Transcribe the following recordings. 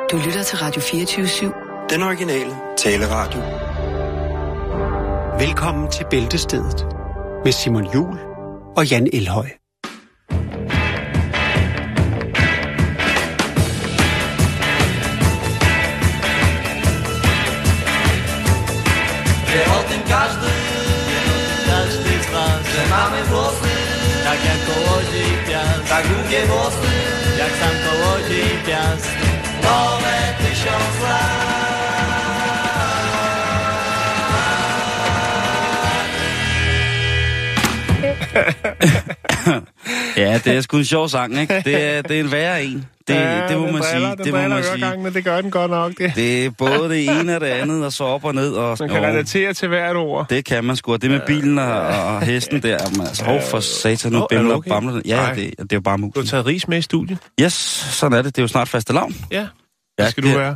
Du lytter til Radio 24/7. Den originale taleradio. Velkommen til Bæltestedet med Simon Juhl og Jan Elhøj. Mamy włosy, tak jak kołodziej piast, tak długie włosy, jak sam kołodziej piast, nowe 1000 lat. Ja, det er sgu en sjov sang, ikke? Det er en værre en. Det må man sige. Det må man sige. Gangene, det gør den godt nok, det. Det er både det ene og det andet, og så op og ned. Og, man kan relatere til hvert ord. Det kan man sgu. Det med bilen og hesten der. Altså, for satan, nu bimler og bamler. Ja, det er jo bare muligt. Du har taget ris med i studiet? Yes, sådan er det. Det er jo snart fastelavn. Ja, det skal du være.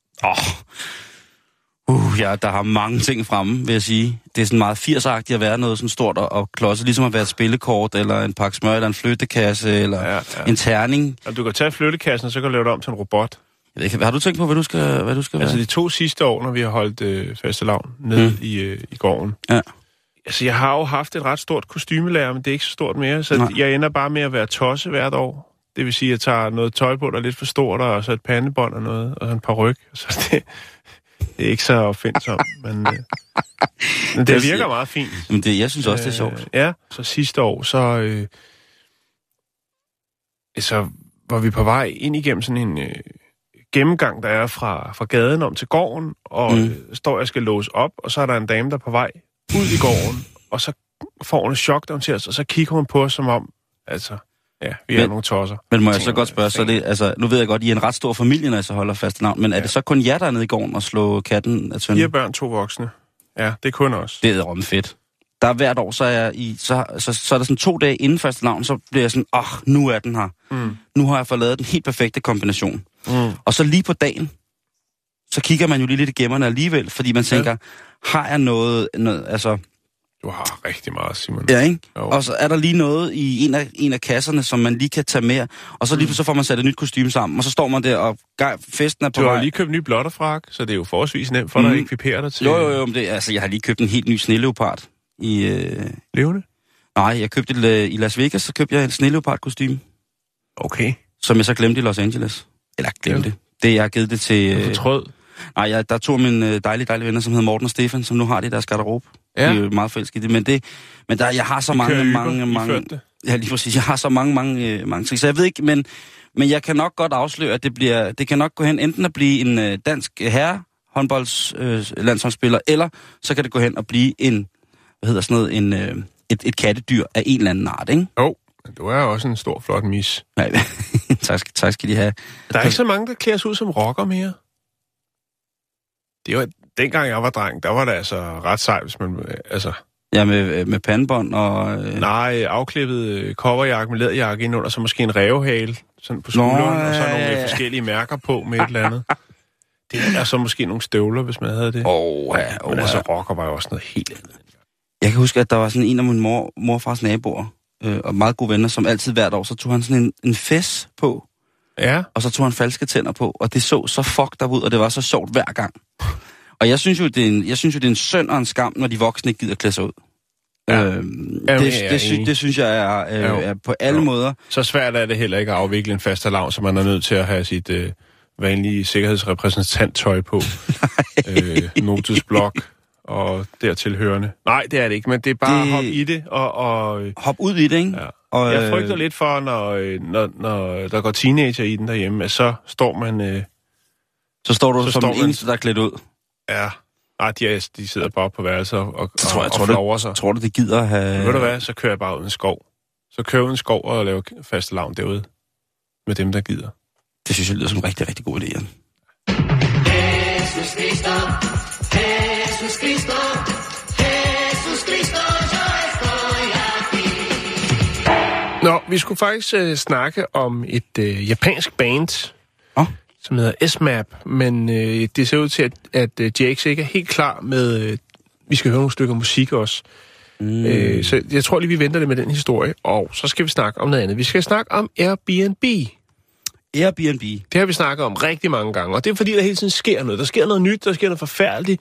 Ja, der har mange ting fremme, vil jeg sige. Det er sådan meget 80'er-agtigt at være noget sådan stort og klodset, ligesom at være et spillekort, eller en pakke smør, eller en flyttekasse, eller en terning. Og du kan tage flyttekassen, og så kan du lave det om til en robot. Jeg ved ikke, har du tænkt på, hvad du skal være? Altså de 2 sidste år, når vi har holdt fastelavn nede i gården. Ja. Altså jeg har jo haft et ret stort kostymelærer, men det er ikke så stort mere, så jeg ender bare med at være tosse hvert år. Det vil sige, at jeg tager noget tøj på, der er lidt for stort, og så et pandebånd og noget, og en paryk. Så det er ikke så opfindsomt, men det virker meget fint. Men jeg synes også, det er sjovt. Ja, så sidste år, så var vi på vej ind igennem sådan en gennemgang, der er fra gaden om til gården, og står jeg skal låse op, og så er der en dame, der er på vej ud i gården, og så får hun et chok der til os, og så kigger hun på os som om, altså... Ja, vi er nogle tosser. Men må jeg så godt spørge, så det, altså, nu ved jeg godt, I er en ret stor familie, når jeg så holder fastelavn, men er det så kun jer, der er nede i gården og slå katten af tønden? 4 børn, 2 voksne. Ja, det er kun os. Det er rom fedt. Der er hvert år, så er der sådan 2 dage inden fastelavn, så bliver jeg sådan, nu er den her. Nu har jeg fået lavet den helt perfekte kombination. Og så lige på dagen, så kigger man jo lige lidt i gemmerne alligevel, fordi man tænker, har jeg noget altså... Du har rigtig meget, Simon. Ja, ikke? Jo. Og så er der lige noget i en af kasserne, som man lige kan tage med. Og så lige så får man sat et nyt kostume sammen, og så står man der, og festen er på vej. Du har lige købt en ny blotterfrak, så det er jo forholdsvis nemt for dig at ekvipere dig til... Jo, men jeg har lige købt en helt ny sneleopard i... Levende? Nej, jeg købte i Las Vegas, så købte jeg et sneleopard-kostume. Okay. Som jeg så glemte i Los Angeles. Eller glemte. Det, jeg har givet det til... Fortrød? Nej, der tog mine dejlige venner, som hedder Morten og Stefan, som nu har det i deres garderobe. Ja. De er jo meget forelskede i det. Men jeg har så mange... Ja, lige præcis. Jeg har så mange ting. Så jeg ved ikke, men jeg kan nok godt afsløre, at det kan nok gå hen enten at blive en dansk herre håndboldslandsholdsspiller, eller så kan det gå hen og blive et kattedyr af en eller anden art, ikke? Jo, men du er også en stor, flot mis. Nej, tak skal de have. Der er ikke så mange, der klæder sig ud som rocker mere. Det var, dengang jeg var dreng, der var det altså ret sejt, hvis man... Altså... Ja, med pandebånd og... Nej, afklippet coverjakke med læderjakke ind under, så måske en rævehale sådan på skulderen, og så nogle forskellige mærker på med et eller andet. Det er så måske nogle støvler, hvis man havde det. Men altså, rocker var jo også noget helt andet. Jeg kan huske, at der var sådan en af min morfars naboer, og meget gode venner, som altid hvert år, så tog han sådan en fes på. Ja. Og så tog han falske tænder på, og det så fucked up ud, og det var så sjovt hver gang. Og jeg synes jo, det er en synd og en skam, når de voksne ikke gider klæde sig ud. Ja. Det synes jeg er på alle måder. Så svært er det heller ikke at afvikle en fastelavn, så man er nødt til at have sit vanlige sikkerhedsrepræsentant-tøj på. Notusblok og dertilhørende. Nej, det er det ikke, men det er bare hop i det. Hop ud i det, ikke? Ja. Og jeg frygter lidt for, når der går teenager i den derhjemme, at så står man... Så står du som den eneste, der er klædt ud. Ja. Nej, de sidder bare på værelser og flover sig. Tror du, det gider at have... Ved du hvad, så kører jeg bare ud i en skov. Så kører jeg ud i en skov og laver fastelavn derude. Med dem, der gider. Det synes jeg lyder som en rigtig, rigtig god idé, Jan. Jesus Cristo, Jesus Cristo, Jesus Cristo, yo estoy aquí. Nå, vi skulle faktisk snakke om et japansk band, som hedder S-Map, men det ser ud til, at JX ikke er helt klar med... vi skal høre nogle stykker musik også. Så jeg tror lige, vi venter det med den historie, og så skal vi snakke om noget andet. Vi skal snakke om Airbnb. Airbnb. Det har vi snakket om rigtig mange gange, og det er fordi, der hele tiden sker noget. Der sker noget nyt, der sker noget forfærdeligt.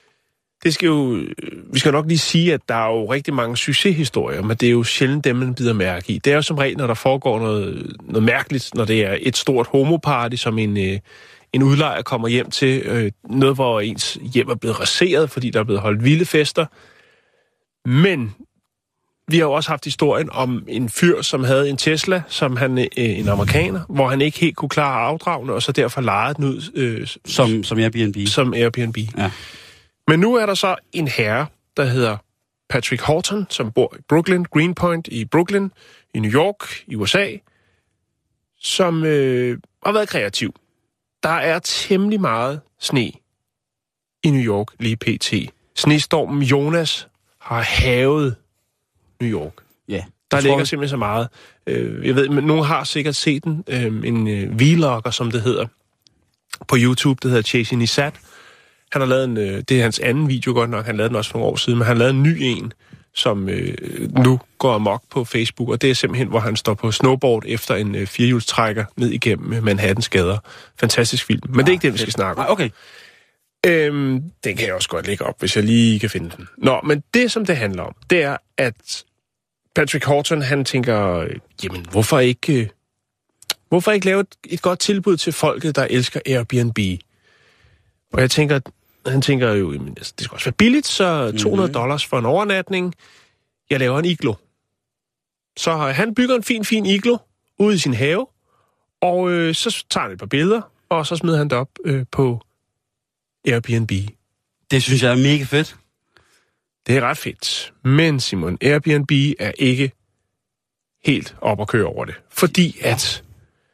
Vi skal nok lige sige, at der er jo rigtig mange succeshistorier, men det er jo sjældent dem, man bider mærke i. Det er jo som regel, når der foregår noget mærkeligt, når det er et stort homoparty, som en udlejer kommer hjem til. Noget, hvor ens hjem er blevet raseret, fordi der er blevet holdt vilde fester. Men vi har jo også haft historien om en fyr, som havde en Tesla, som en amerikaner, hvor han ikke helt kunne klare afdragene, og så derfor lejede den ud. Som Airbnb. Som Airbnb. Ja. Men nu er der så en herre, der hedder Patrick Horton, som bor i Brooklyn, Greenpoint i Brooklyn, i New York, i USA, som har været kreativ. Der er temmelig meget sne i New York lige pt. Snestormen Jonas har havet New York. Ja. Der ligger simpelthen så meget. Jeg ved, men nogen har sikkert set den. En vlogger, som det hedder, på YouTube, det hedder Chasey Nisat. Han har lavet det er hans anden video godt nok, han lavede den også for nogle år siden, men han lavede en ny en, som nu går amok på Facebook, og det er simpelthen, hvor han står på snowboard efter en firehjulstrækker ned igennem Manhattans gader. Fantastisk film, men det er ikke det, vi skal snakke om. Okay. Den kan jeg også godt lægge op, hvis jeg lige kan finde den. Nå, men det, som det handler om, det er, at Patrick Horton, han tænker, jamen, hvorfor ikke lave et godt tilbud til folket, der elsker Airbnb? Og han tænker jo, jamen, det skal også være billigt, så $200 for en overnatning. Jeg laver en iglo. Så han bygger en fin iglo ude i sin have, og så tager han et par billeder, og så smider han det op på Airbnb. Det synes jeg er mega fedt. Det er ret fedt. Men Simon, Airbnb er ikke helt op at køre over det. Fordi at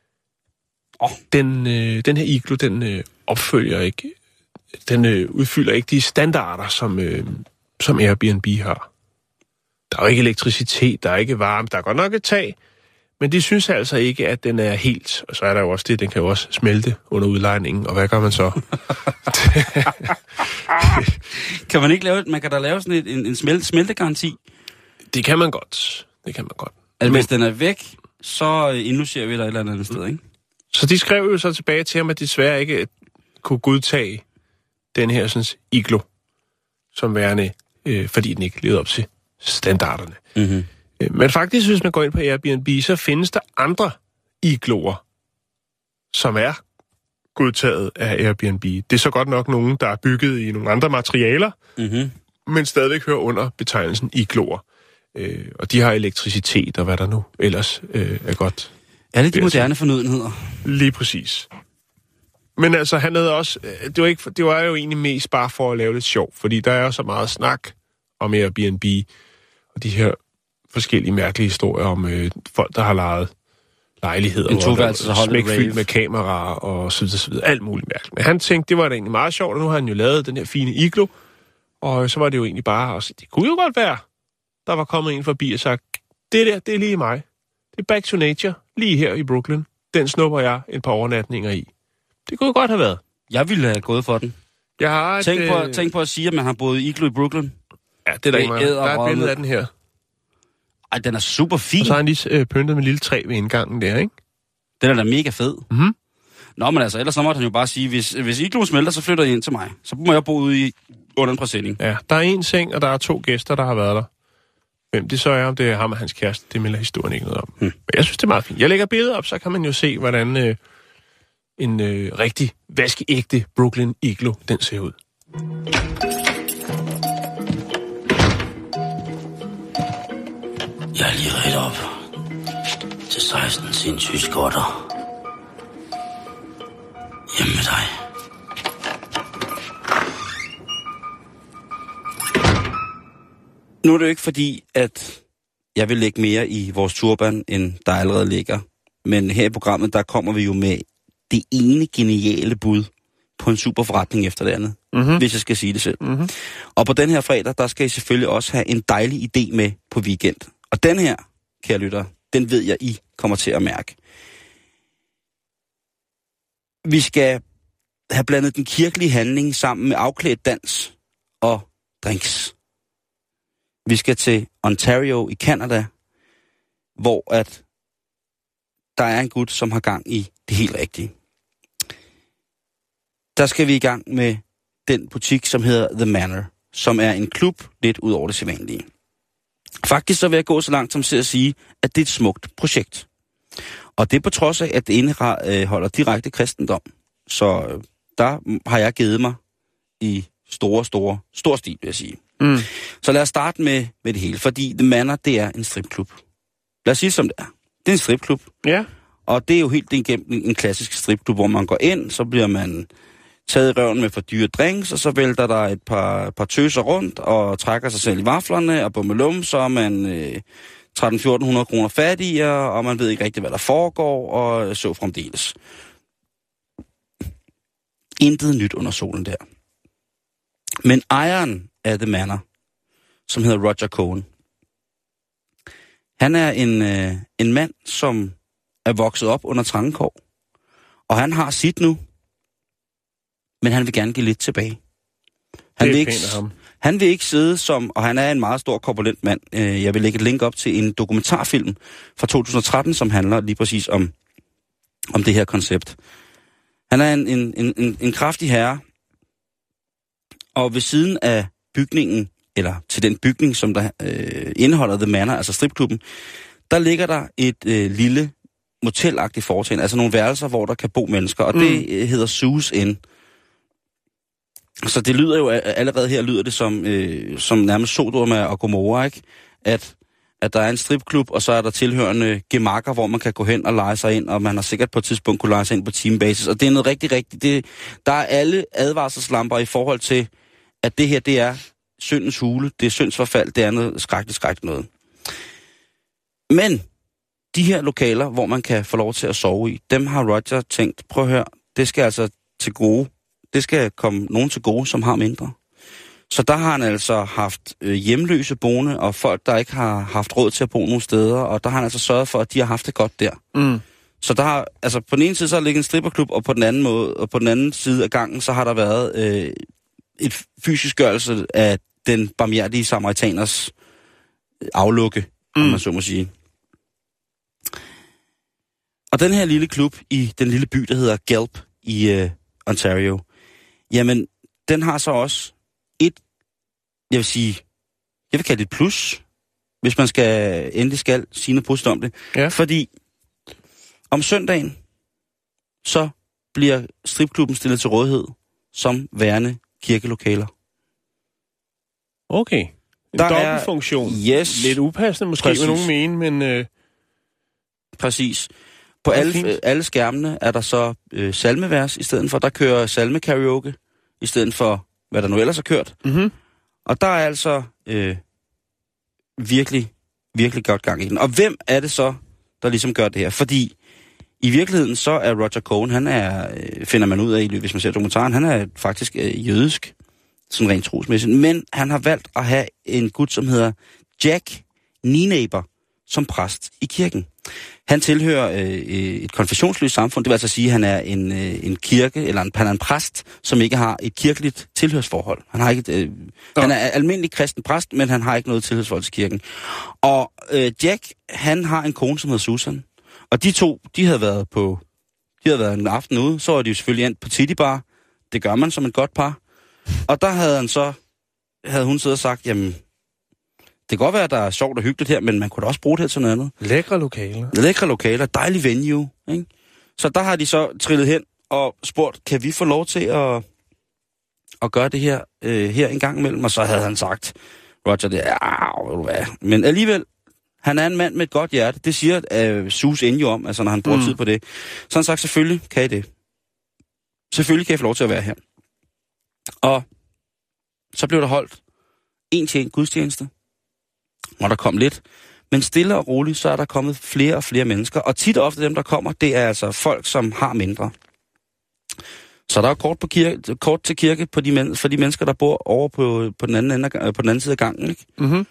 den her iglo, den opfølger ikke, den udfylder ikke de standarder, som Airbnb har. Der er jo ikke elektricitet, der er ikke varme, der er godt nok et tag, men de synes altså ikke, at den er helt. Og så er der jo også det, den kan jo også smelte under udlejningen, og hvad gør man så? Kan man ikke lave, man kan da lave sådan en smeltegaranti? Det kan man godt. Altså, men hvis den er væk, så indlogerer vi dig et eller andet sted, ikke? Så de skrev jo så tilbage til ham, at de desværre ikke kunne godtage den her sådan, iglo, som værende, fordi den ikke levede op til standarderne. Mm-hmm. Men faktisk, hvis man går ind på Airbnb, så findes der andre igloer, som er godtaget af Airbnb. Det er så godt nok nogen, der er bygget i nogle andre materialer, men stadigvæk hører under betegnelsen igloer. Og de har elektricitet og hvad der nu ellers er godt. Er det de moderne fornødenheder? Lige præcis. Men altså, han havde også... Det var jo egentlig mest bare for at lave lidt sjov, fordi der er jo så meget snak om Airbnb, og de her forskellige mærkelige historier om folk, der har lejet lejligheder. En toværelses og smækfyldt med kameraer og så videre. Alt muligt mærkeligt. Men han tænkte, det var da egentlig meget sjovt, og nu har han jo lavet den her fine iglo, og så var det jo egentlig bare... Og det kunne jo godt være, der var kommet en forbi og sagt, det er lige mig. Det er back to nature, lige her i Brooklyn. Den snupper jeg et par overnatninger i. Det kunne jo godt have været. Jeg ville have gået for den. Jeg har tænk på at sige, at man har boet i iglo i Brooklyn. Ja, det er der ikke meget. Der er et billede af den her. Ej, den er super fin. Og så har han lige pyntet med lille træ ved indgangen der, ikke? Den er da mega fed. Mm-hmm. Nå, men altså, ellers så måtte han jo bare sige, hvis igloen smelter, så flytter I ind til mig. Så må jeg bo ude under en præsending. Ja, der er en seng, og der er 2 gæster, der har været der. Hvem det så er, om det er ham og hans kæreste, det melder historien ikke noget om. Men jeg synes, det er meget fint. Jeg lægger billeder op, så kan man jo se, hvordan en rigtig vaskeægte Brooklyn iglo, den ser ud. Jeg er lige ret op til 16 sindssyge skotter. Hjemme med dig. Nu er det jo ikke fordi, at jeg vil lægge mere i vores turban, end der allerede ligger. Men her i programmet, der kommer vi jo med det ene geniale bud på en super forretning efter det andet. Hvis jeg skal sige det selv. Og på den her fredag, der skal I selvfølgelig også have en dejlig idé med på weekend. Og den her, kære lytter, den ved jeg, I kommer til at mærke. Vi skal have blandet den kirkelige handling sammen med afklædt dans og drinks. Vi skal til Ontario i Canada, hvor at der er en gut, som har gang i det helt rigtige. Der skal vi i gang med den butik, som hedder The Manor, som er en klub lidt ud over det sædvanlige. Faktisk så vil jeg gå så langt som til at sige, at det er et smukt projekt. Og det er på trods af, at det indeholder direkte kristendom. Så der har jeg givet mig i stor stil, vil jeg sige. Mm. Så lad os starte med det hele, fordi The Manor, det er en stripklub. Lad os sige som det er. Det er en stripklub. Ja. Og det er jo helt igennem en klassisk stripklub, hvor man går ind, så bliver man taget i røven med for dyre drinks, og så vælter der et par tøser rundt, og trækker sig selv i vaflerne, og bummelum, så er man 1300-1400 kroner fattigere, og man ved ikke rigtig, hvad der foregår, og så fremdeles. Intet nyt under solen der. Men ejeren af The Manor, som hedder Roger Cohen, han er en mand, som er vokset op under trange kår, og han har sit nu, men han vil gerne give lidt tilbage. Han vil ikke sidde som, og han er en meget stor korpulent mand. Jeg vil lægge et link op til en dokumentarfilm fra 2013, som handler lige præcis om det her koncept. Han er en kraftig herre, og ved siden af bygningen, eller til den bygning, som der indeholder The Manor, altså stripklubben, der ligger der et lille motelagtigt foretagende, altså nogle værelser, hvor der kan bo mennesker, og det hedder Sue's Inn. Så det lyder jo allerede her, lyder det som nærmest Sodoma og Gomorra, ikke? At der er en stripklub, og så er der tilhørende gemakker, hvor man kan gå hen og lege sig ind, og man har sikkert på et tidspunkt kunne lege sig ind på teambasis. Og det er noget rigtig, der er alle advarselslamper i forhold til, at det her, det er syndens hule, det er syndsforfald, det er noget skrækkeligt noget. Men de her lokaler, hvor man kan få lov til at sove i, dem har Roger tænkt, prøv at høre, det skal altså til gode. Det skal komme nogen til gode, som har mindre. Så der har han altså haft hjemløse boende, og folk, der ikke har haft råd til at bo nogle steder, og der har han altså sørget for, at de har haft det godt der. Mm. Så der har, altså på den ene side, så har der ligget en stripperklub, og på den anden måde, og på den anden side af gangen, så har der været et fysisk gørelse af den barmhjertige samaritaners aflukke, om man så må sige. Og den her lille klub i den lille by, der hedder Gelb i Ontario, jamen, den har så også jeg vil kalde det et plus, hvis man endelig skal sige noget positivt om det. Ja. Fordi om søndagen, så bliver stripklubben stillet til rådighed som værende kirkelokaler. Okay. En dobbeltfunktion. Yes. Lidt upassende måske, med nogen mene, men... Præcis. På alle skærmene er der så salmevers i stedet for. Der kører salmekaraoke i stedet for, hvad der nu ellers har kørt. Mm-hmm. Og der er altså virkelig, virkelig godt gang i den. Og hvem er det så, der ligesom gør det her? Fordi i virkeligheden så er Roger Cohen, han er, finder man ud af, hvis man ser dokumentaren, han er faktisk jødisk, sådan rent trosmæssigt. Men han har valgt at have en gut, som hedder Jack Nienaber, som præst i kirken. Han tilhører et konfessionsløst samfund, det vil altså sige, at han er en kirke, eller han er en præst, som ikke har et kirkeligt tilhørsforhold. Han har ikke han er almindelig kristen præst, men han har ikke noget tilhørsforhold til kirken. Og Jack, han har en kone, som hedder Susan. Og de to, de havde været en aften ude, så var de jo selvfølgelig endt på Titty Bar. Det gør man som et godt par. Og der havde hun siddet og sagt, jamen, det kan godt være, at der er sjovt og hyggeligt her, men man kunne da også bruge det her til noget andet. Lækre lokaler, dejlig venue, ikke? Så der har de så trillet hen og spurgt, kan vi få lov til at gøre det her her en gang imellem? Og så havde han sagt, Roger, men alligevel, han er en mand med et godt hjerte. Det siger Sue's Inn jo om, altså når han bruger tid på det. Så han sagt, selvfølgelig kan I det. Selvfølgelig kan I få lov til at være her. Og så blev der holdt en gudstjeneste, og der kom lidt. Men stille og roligt, så er der kommet flere og flere mennesker. Og tit og ofte dem, der kommer, det er altså folk, som har mindre. Så der er kort til kirke for de mennesker, der bor over på den anden side af gangen, ikke? Mm-hmm.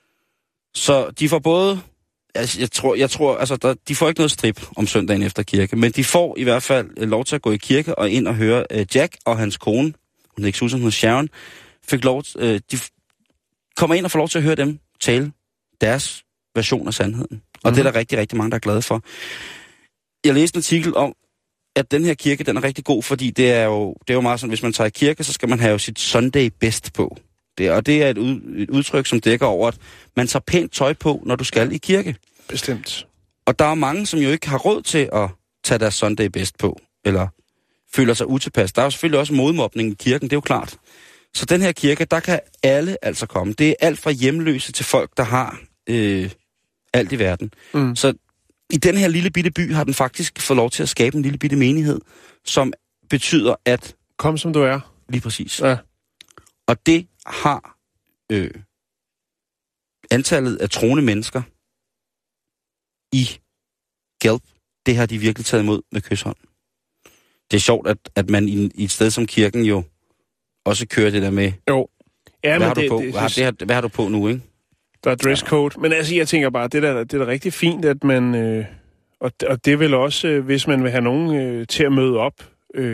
Så de får både... Jeg tror, altså, de får ikke noget strip om søndagen efter kirke, men de får i hvert fald lov til at gå i kirke og ind og høre Jack og hans kone, hun hedder ikke Susan, hun hedder Sharon, fik lov, de kommer ind og får lov til at høre dem tale deres version af sandheden. Og det er der rigtig, rigtig mange, der er glade for. Jeg læste en artikel om, at den her kirke, den er rigtig god, fordi det er jo meget sådan, hvis man tager i kirke, så skal man have sit Sunday best på. Og det er et udtryk, som dækker over, at man tager pænt tøj på, når du skal i kirke. Bestemt. Og der er mange, som jo ikke har råd til at tage deres Sunday best på, eller føler sig utilpas. Der er jo selvfølgelig også modmobning i kirken, det er jo klart. Så den her kirke, der kan alle altså komme. Det er alt fra hjemløse til folk, der har alt i verden. Mm. Så i den her lille bitte by har den faktisk fået lov til at skabe en lille bitte menighed, som betyder, at... Kom som du er. Lige præcis. Ja. Og det har antallet af troende mennesker i Gelb, det har de virkelig taget imod med kyshånd. Det er sjovt, at man i et sted som kirken jo også kører det der med... Jo. Ja, hvad har du på nu, ikke? Der er dresscode. Men altså, jeg tænker bare, det er da rigtig fint, at man... Og det er vel også, hvis man vil have nogen til at møde op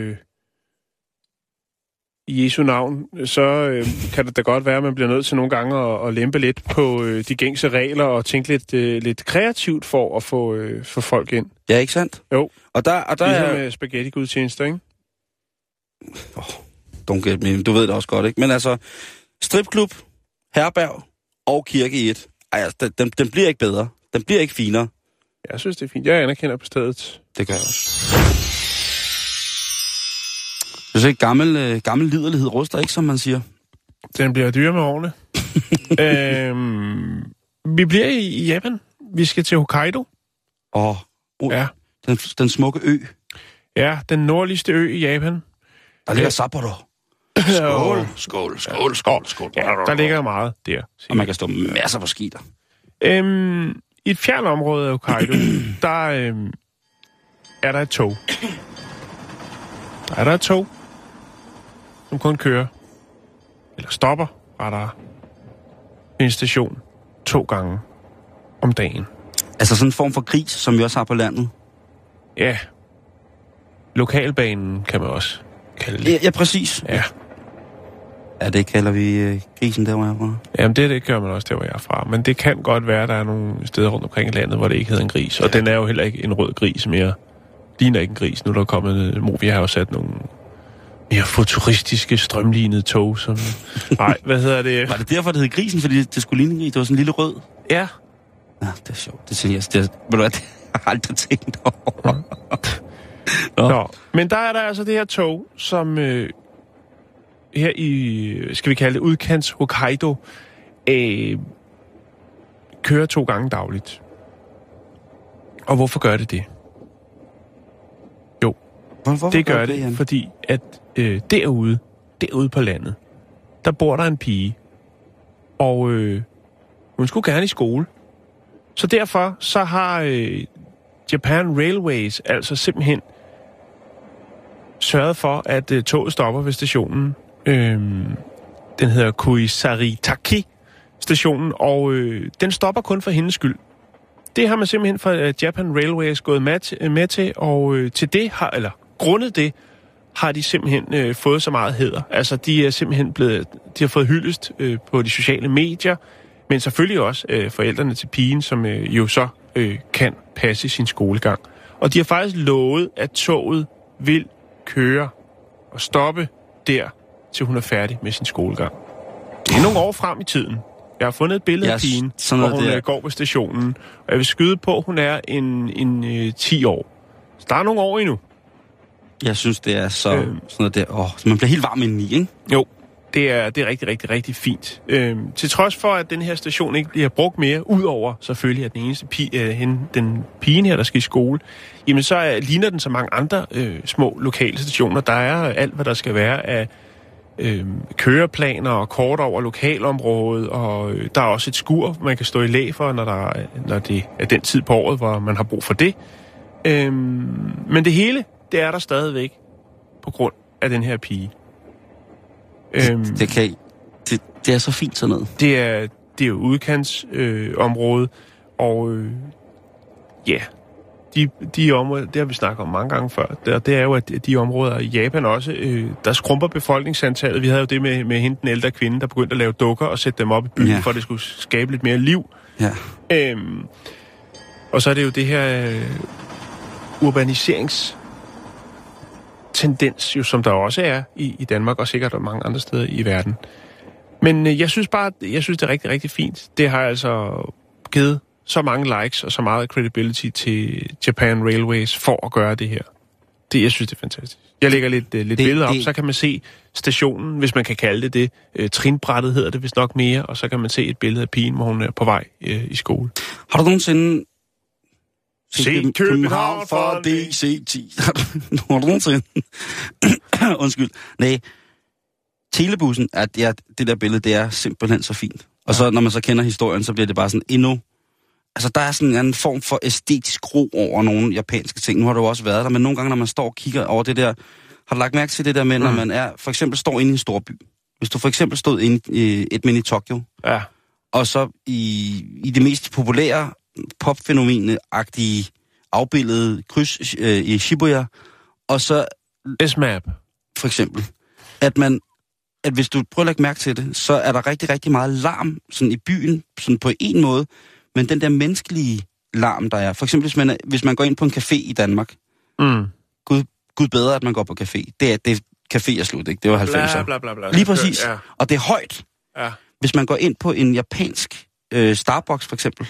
i Jesu navn, så kan det da godt være, at man bliver nødt til nogle gange at lempe lidt på de gængse regler og tænke lidt kreativt for at få folk ind. Ja, ikke sandt? Jo. Og der er... med spaghetti-gudstjenester, ikke? Don't get me. Du ved det også godt, ikke? Men altså, stripklub, herberg og kirke i et. Ej, altså, den bliver ikke bedre. Den bliver ikke finere. Jeg synes, det er fint. Jeg anerkender på stedet. Det gør jeg også. Jeg synes ikke, gammel liderlighed ruster ikke, som man siger. Den bliver dyre med årene. Vi bliver i Japan. Vi skal til Hokkaido. Ja. Den smukke ø. Ja, den nordligste ø i Japan. Der ligger Sapporo. Skål. Ja, der ligger meget der. Og man kan stå masser på ski der. I et fjernt område af Hokkaido, der er der et tog. Der er et tog, som kun kører, eller stopper, rettere, en station 2 gange om dagen. Altså sådan en form for gris, som vi også har på landet? Ja. Lokalbanen kan man også kalde det. Ja, præcis. Ja. Ja, det kalder vi grisen der, hvor jeg er fra. Jamen, det gør man også der, hvor jeg er fra. Men det kan godt være, at der er nogle steder rundt omkring i landet, hvor det ikke hedder en gris. Og den er jo heller ikke en rød gris mere. Ligner ikke en gris. Nu er der kommet... Vi har jo sat nogle mere futuristiske, strømlignede tog, som... Nej, hvad hedder det? Var det derfor, det hed grisen? Fordi det skulle ligne en gris? Det var sådan en lille rød? Ja. Ja, det er sjovt. Det ved du hvad, det har jeg aldrig tænkt over. Nå. Men der er der altså det her tog, som her i, skal vi kalde det, udkants Hokkaido, kører 2 gange dagligt. Og hvorfor gør det det? Jo, det gør det, fordi at derude på landet, der bor der en pige, og hun skulle gerne i skole. Så derfor så har Japan Railways altså simpelthen sørget for, at toget stopper ved stationen. Den hedder Kuisaritaki-stationen, og den stopper kun for hendes skyld. Det har man simpelthen fra Japan Railways gået med til, og til det grundet det, har de simpelthen fået så meget hæder. Altså, de er simpelthen de har fået hyldest på de sociale medier, men selvfølgelig også forældrene til pigen, som jo så kan passe sin skolegang. Og de har faktisk lovet, at toget vil køre og stoppe der, til hun er færdig med sin skolegang. Det er nogle år frem i tiden. Jeg har fundet et billede af pigen, hvor hun går på stationen, og jeg vil skyde på, at hun er en 10 år. Så der er nogle år endnu. Jeg synes, det er sådan noget der. Så man bliver helt varm indeni, ikke? Jo, det er rigtig, rigtig, rigtig fint. Til trods for, at den her station ikke bliver brugt mere, udover selvfølgelig, at den eneste den pigen her, der skal i skole, jamen så ligner den så mange andre små lokale stationer. Der er alt, hvad der skal være af køreplaner og kort over lokalområdet, og der er også et skur, man kan stå i læ for, når det er den tid på året, hvor man har brug for det. Men det hele, det er der stadigvæk på grund af den her pige. Det er så fint sådan noget. Det er jo udkantsområde, og ja, de områder, det har vi snakket om mange gange før, det er jo, at de områder i Japan også, der skrumper befolkningsantallet. Vi havde jo det med hende, den ældre kvinde, der begyndte at lave dukker og sætte dem op i byen, for at det skulle skabe lidt mere liv. Ja. Og så er det jo det her urbaniseringstendens, jo, som der også er i Danmark, og sikkert mange andre steder i verden. Men jeg synes det er rigtig, rigtig fint. Det har altså givet så mange likes og så meget credibility til Japan Railways for at gøre det her. Jeg synes, det er fantastisk. Jeg lægger lidt billeder op, så kan man se stationen, hvis man kan kalde det. Trinbrættet hedder det vist nok mere, og så kan man se et billede af pigen, hvor hun er på vej i skole. Har du nogensinde set København for DC10? Har du nogensinde? Undskyld. Nej. Telebussen, det der billede, det er simpelthen så fint. Og så, når man så kender historien, så bliver det bare sådan endnu... Altså, der er sådan en anden form for æstetisk ro over nogle japanske ting. Nu har du også været der, men nogle gange, når man står og kigger over det der... Har du lagt mærke til det der med, når man for eksempel står inde i en stor by? Hvis du for eksempel stod inde i et mini Tokyo, og så i det mest populære popfænomene-agtige afbildede kryds i Shibuya, og så... S-map. For eksempel. At hvis du prøver at lægge mærke til det, så er der rigtig, rigtig meget larm sådan i byen, sådan på en måde, men den der menneskelige larm, der er. For eksempel, hvis man går ind på en café i Danmark. Gud bedre, at man går på café. Det café er slut, ikke? Det var 90'erne. Bla, bla, bla. Lige præcis. Ja. Og det er højt. Ja. Hvis man går ind på en japansk Starbucks, for eksempel,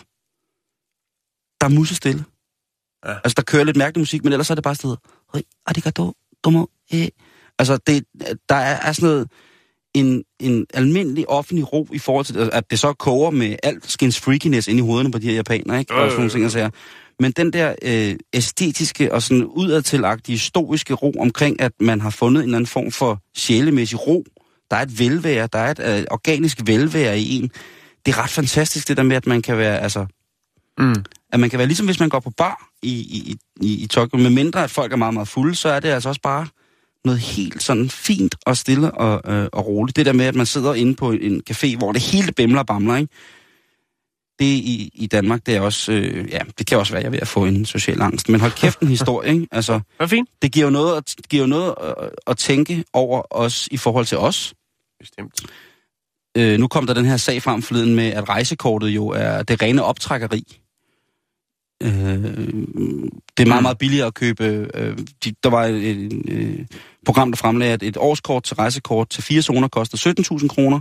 der er musestille. Ja. Altså, der kører lidt mærkelig musik, men ellers er det bare sådan noget, arigato, domo, Altså, der er sådan noget, en almindelig offentlig ro i forhold til, at det så koger med alt skins freakiness ind i hovederne på de her japanere, ikke? Og sådan nogle ting, jeg siger. Men den der æstetiske og sådan udadtilagtige, stoiske ro omkring, at man har fundet en eller anden form for sjælemæssig ro. Der er et velvære, der er et organisk velvære i en. Det er ret fantastisk, det der med, at man kan være, altså... At man kan være, ligesom hvis man går på bar i Tokyo, med mindre at folk er meget, meget fulde, så er det altså også bare noget helt sådan fint og stille og roligt. Det der med, at man sidder inde på en café, hvor det hele bimler og bamler, ikke? Det i Danmark, det er også... det kan også være, at jeg er ved at få en social angst. Men hold kæft en historie, ikke? Altså, fint. Det giver jo noget at tænke over os i forhold til os. Bestemt. Nu kom der den her sag frem forleden med, at rejsekortet jo er det rene optrækkeri. Det er meget, meget billigere at købe. Der var et program, der fremlagde, at et årskort til rejsekort til 4 zoner koster 17.000 kroner.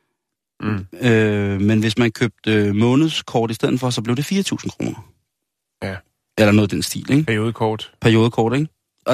Men hvis man købte månedskort i stedet for, så blev det 4.000 kroner. Ja. Eller noget af den stil, ikke? Periodekort, ikke?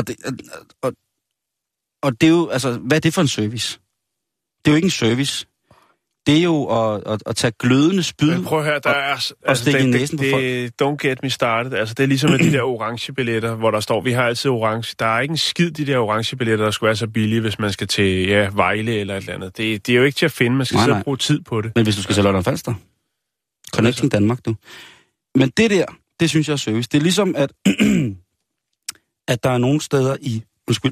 Og det er jo, altså, hvad er det for en service? Det er jo ikke en service. Det er jo at tage glødende spyd. Men prøv at høre, der er... og stikke i næsen på folk. Don't get me started. Altså, det er ligesom med de der orange billetter, hvor der står, vi har altid orange. Der er ikke en skid, de der orange billetter, der skulle være så billige, hvis man skal til Vejle eller et eller andet. Det er jo ikke til at finde, man skal sidde og bruge tid på det. Men hvis du skal til London Falster. Connection Danmark, du. Men det der, det synes jeg er service. Det er ligesom, at der er nogle steder i... Undskyld.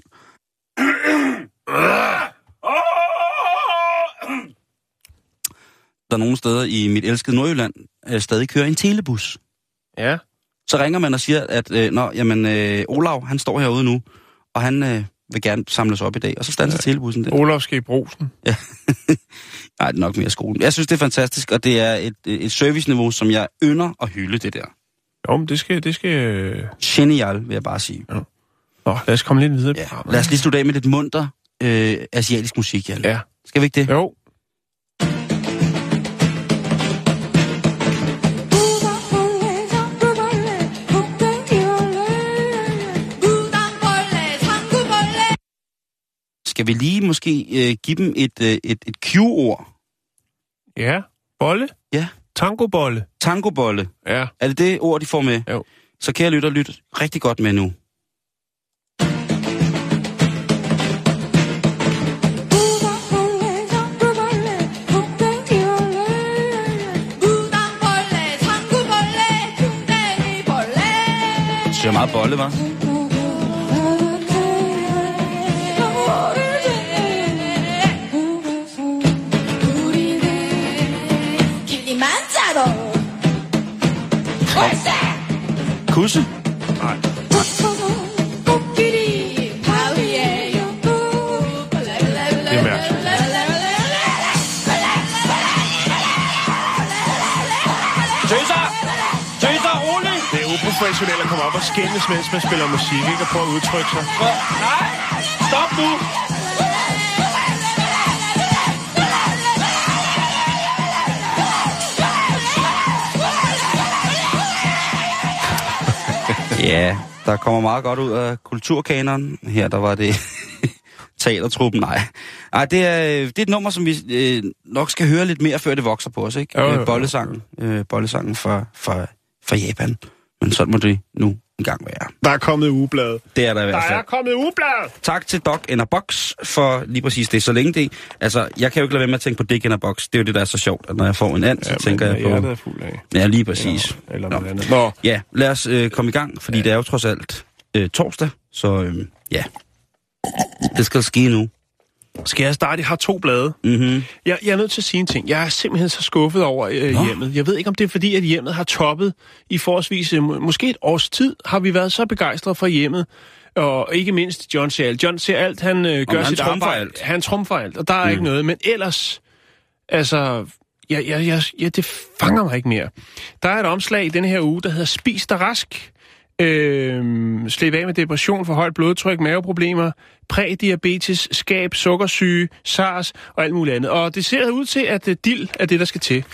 Der er nogle steder i mit elskede Nordjylland, stadig kører en telebus. Ja. Så ringer man og siger, at Olav, han står herude nu, og han vil gerne samles op i dag. Og så standser telebussen der. Olav skal i Brugsen. Ja. Nej, det er nok mere skolen. Jeg synes, det er fantastisk, og det er et serviceniveau, som jeg ynder at hylde det der. Jo, men det skal... Genial, vil jeg bare sige. Ja. Nå, lad os komme lidt videre. Ja. Lad os lige slutte af med lidt munter asiatisk musik, Jan. Ja. Skal vi ikke det? Jo. Skal vi lige måske give dem et Q-ord? Ja. Bolle? Ja. Tangobolle. Tangobolle. Ja. Er det ord, de får med? Jo. Så kære lytter, lyt rigtig godt med nu. Det er meget bolle, hva'? Kusse? Nej. Det er mærkeligt. uprofessionelt at komme op og skændes, mens man spiller musik, ikke? Og prøve at udtrykke sig. Nej! Stop nu! Ja, der kommer meget godt ud af kulturkanonen. Her der var det teatertruppen. Nej, det er et nummer, som vi nok skal høre lidt mere, før det vokser på os, ikke? Jo. Bollesangen fra Japan. Men sådan må det nu engang være. Der er kommet ugeblad. Det er der i hvert fald. Der er kommet ugeblad! Tak til Dog in a Box for lige præcis det. Så længe det... Altså, jeg kan jo ikke lade være med at tænke på Dick in a Box. Det er jo det, der er så sjovt, at når jeg får en and, så tænker jeg på... Ja, det er fuld af. Ja, lige præcis. Eller noget andet. Ja, lad os komme i gang, fordi det er jo trods alt torsdag. Så ja, det skal ske nu. Skal jeg starte? Jeg har 2 blade. Mm-hmm. Jeg er nødt til at sige en ting. Jeg er simpelthen så skuffet over hjemmet. Jeg ved ikke, om det er fordi, at hjemmet har toppet i forholdsvis... Måske et års tid har vi været så begejstrede for hjemmet. Og ikke mindst John C. Alt. John C. Alt, han gør sit arbejde. Han trumfer alt, og der er ikke noget. Men ellers, altså... Ja, det fanger mig ikke mere. Der er et omslag i denne her uge, der hedder Spis dig rask. Slip af med depression, for højt blodtryk, maveproblemer, prædiabetes, skab, sukkersyge, SARS og alt muligt andet. Og det ser ud til, at dild er det, der skal til.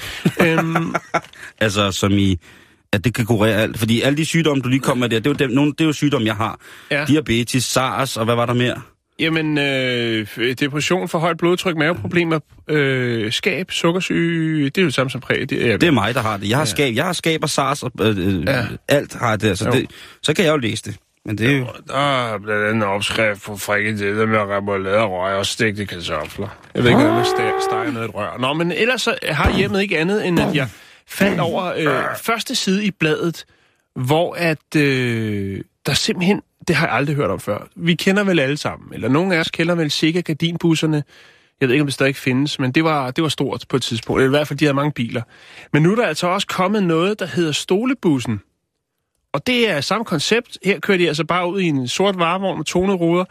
Altså, som i... at det kan kurere alt. Fordi alle de sygdomme, du lige kom med der, det er jo sygdomme, jeg har. Ja. Diabetes, SARS, og hvad var der mere? Jamen, depression, for højt blodtryk, maveproblemer, skab, sukkersyge, det er jo det samme som det er mig, der har det. Jeg har skab og SARS, og alt har det. Altså, så kan jeg jo læse det. Men det er jo... Der er blandt andet en opskrift på frikadeller med remoulade og røg og stegte kartofler. Jeg ved ikke, om jeg steger noget et rør. Nå, men ellers så har hjemmet ikke andet, end at jeg faldt over første side i bladet, hvor at der simpelthen... Det har jeg aldrig hørt om før. Vi kender vel alle sammen, eller nogle af os kender vel sikkert gardinbusserne. Jeg ved ikke, om det stadig findes, men det var stort på et tidspunkt. I hvert fald, de havde mange biler. Men nu er der altså også kommet noget, der hedder stolebussen. Og det er samme koncept. Her kører de altså bare ud i en sort varevogn med tonede ruder,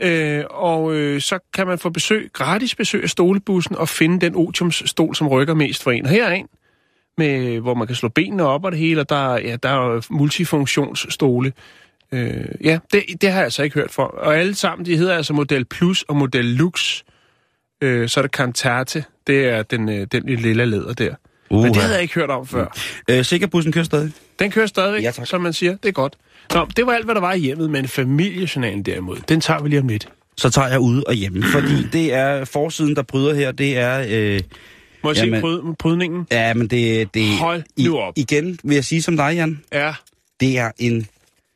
så kan man få gratis besøg af stolebussen og finde den otiumsstol, som rykker mest for en. Og her er en, hvor man kan slå benene op og det hele, og der er multifunktionsstole. Det har jeg altså ikke hørt for. Og alle sammen, de hedder altså Model Plus og Model Lux. Så er der Cantate. Det er den lille læder der. Men det havde jeg ikke hørt om før. Sikkerbussen kører stadig? Den kører stadigvæk, ja, som man siger. Det er godt. Nå, det var alt, hvad der var i hjemmet, men familiejournalen derimod, den tager vi lige om lidt. Så tager jeg ude og hjemme, fordi det er forsiden, der bryder her, det er... Må jeg se prydningen? Ja, men det hold nu op. Igen vil jeg sige som dig, Jan. Ja. Det er en...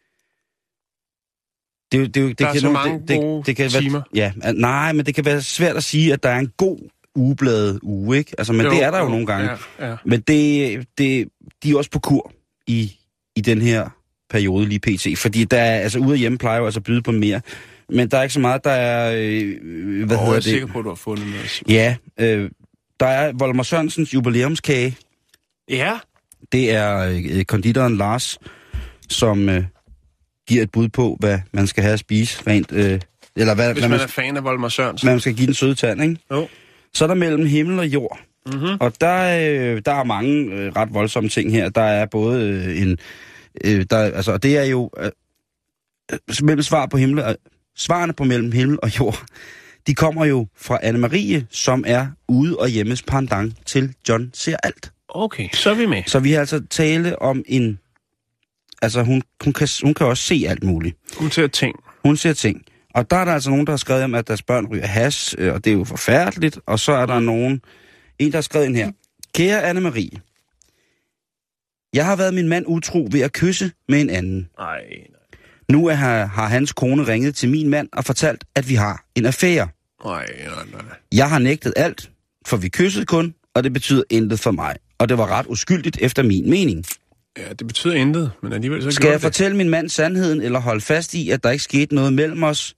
Det der er så mange gode timer. Nej, men det kan være svært at sige, at der er en god ugebladet uge, ikke? Altså, men det er der jo nogle gange. Ja. Men de er også på kur i den her periode lige pt. Fordi der er, altså ude af hjemme plejer jo altså at byde på mere. Men der er ikke så meget, der er... jeg er sikker på, at du har fundet noget. Ja, der er Volmer Sørensens jubilæumskage. Ja. Det er konditoren Lars, som... giver et bud på, hvad man skal have at spise rent... eller hvad, hvis man er fan af Volmer Sørensen. Man skal give den søde tand, ikke? Jo. Så er der mellem himmel og jord. Mm-hmm. Og der er mange ret voldsomme ting her. Der er både og det er jo... mellem svarene på mellem himmel og jord, de kommer jo fra Anne-Marie, som er ude og hjemmes pendant til John ser alt. Okay, så er vi med. Så vi har altså tale om en... Altså, hun kan også se alt muligt. Hun ser ting. Og der er der altså nogen, der har skrevet om, at deres børn ryger hash, og det er jo forfærdeligt. Og så er der en, der har skrevet ind her. Kære Anne-Marie, jeg har været min mand utro ved at kysse med en anden. Nej. Nu har hans kone ringet til min mand og fortalt, at vi har en affære. Nej. Jeg har nægtet alt, for vi kyssede kun, og det betyder intet for mig. Og det var ret uskyldigt efter min mening. Ja, det betyder intet, men alligevel så skal jeg fortælle min mand sandheden, eller holde fast i, at der ikke skete noget mellem os?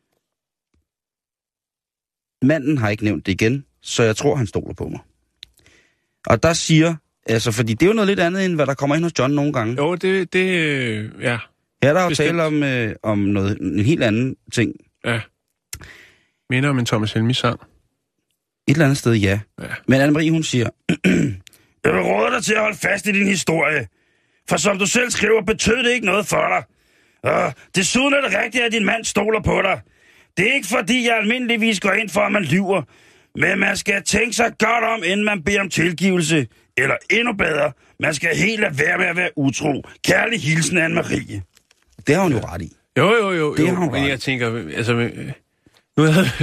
Manden har ikke nævnt det igen, så jeg tror, han stoler på mig. Og der siger, altså, fordi det er jo noget lidt andet, end hvad der kommer ind hos John nogle gange. Jo, ja. Her er der jo tale om en helt anden ting. Ja. Minder om en Thomas Helmig-sang. Et eller andet sted, ja. Men Anne-Marie, hun siger... Jeg vil råde dig til at holde fast i din historie. For som du selv skriver, betød det ikke noget for dig. Desuden er det rigtigt, at din mand stoler på dig. Det er ikke fordi, jeg almindeligvis går ind for, at man lyver. Men man skal tænke sig godt om, inden man beder om tilgivelse. Eller endnu bedre, man skal helt lade være med at være utro. Kærlig hilsen, Anne-Marie. Det har hun jo ret i. Jo. Det har hun men jeg tænker, altså... Nu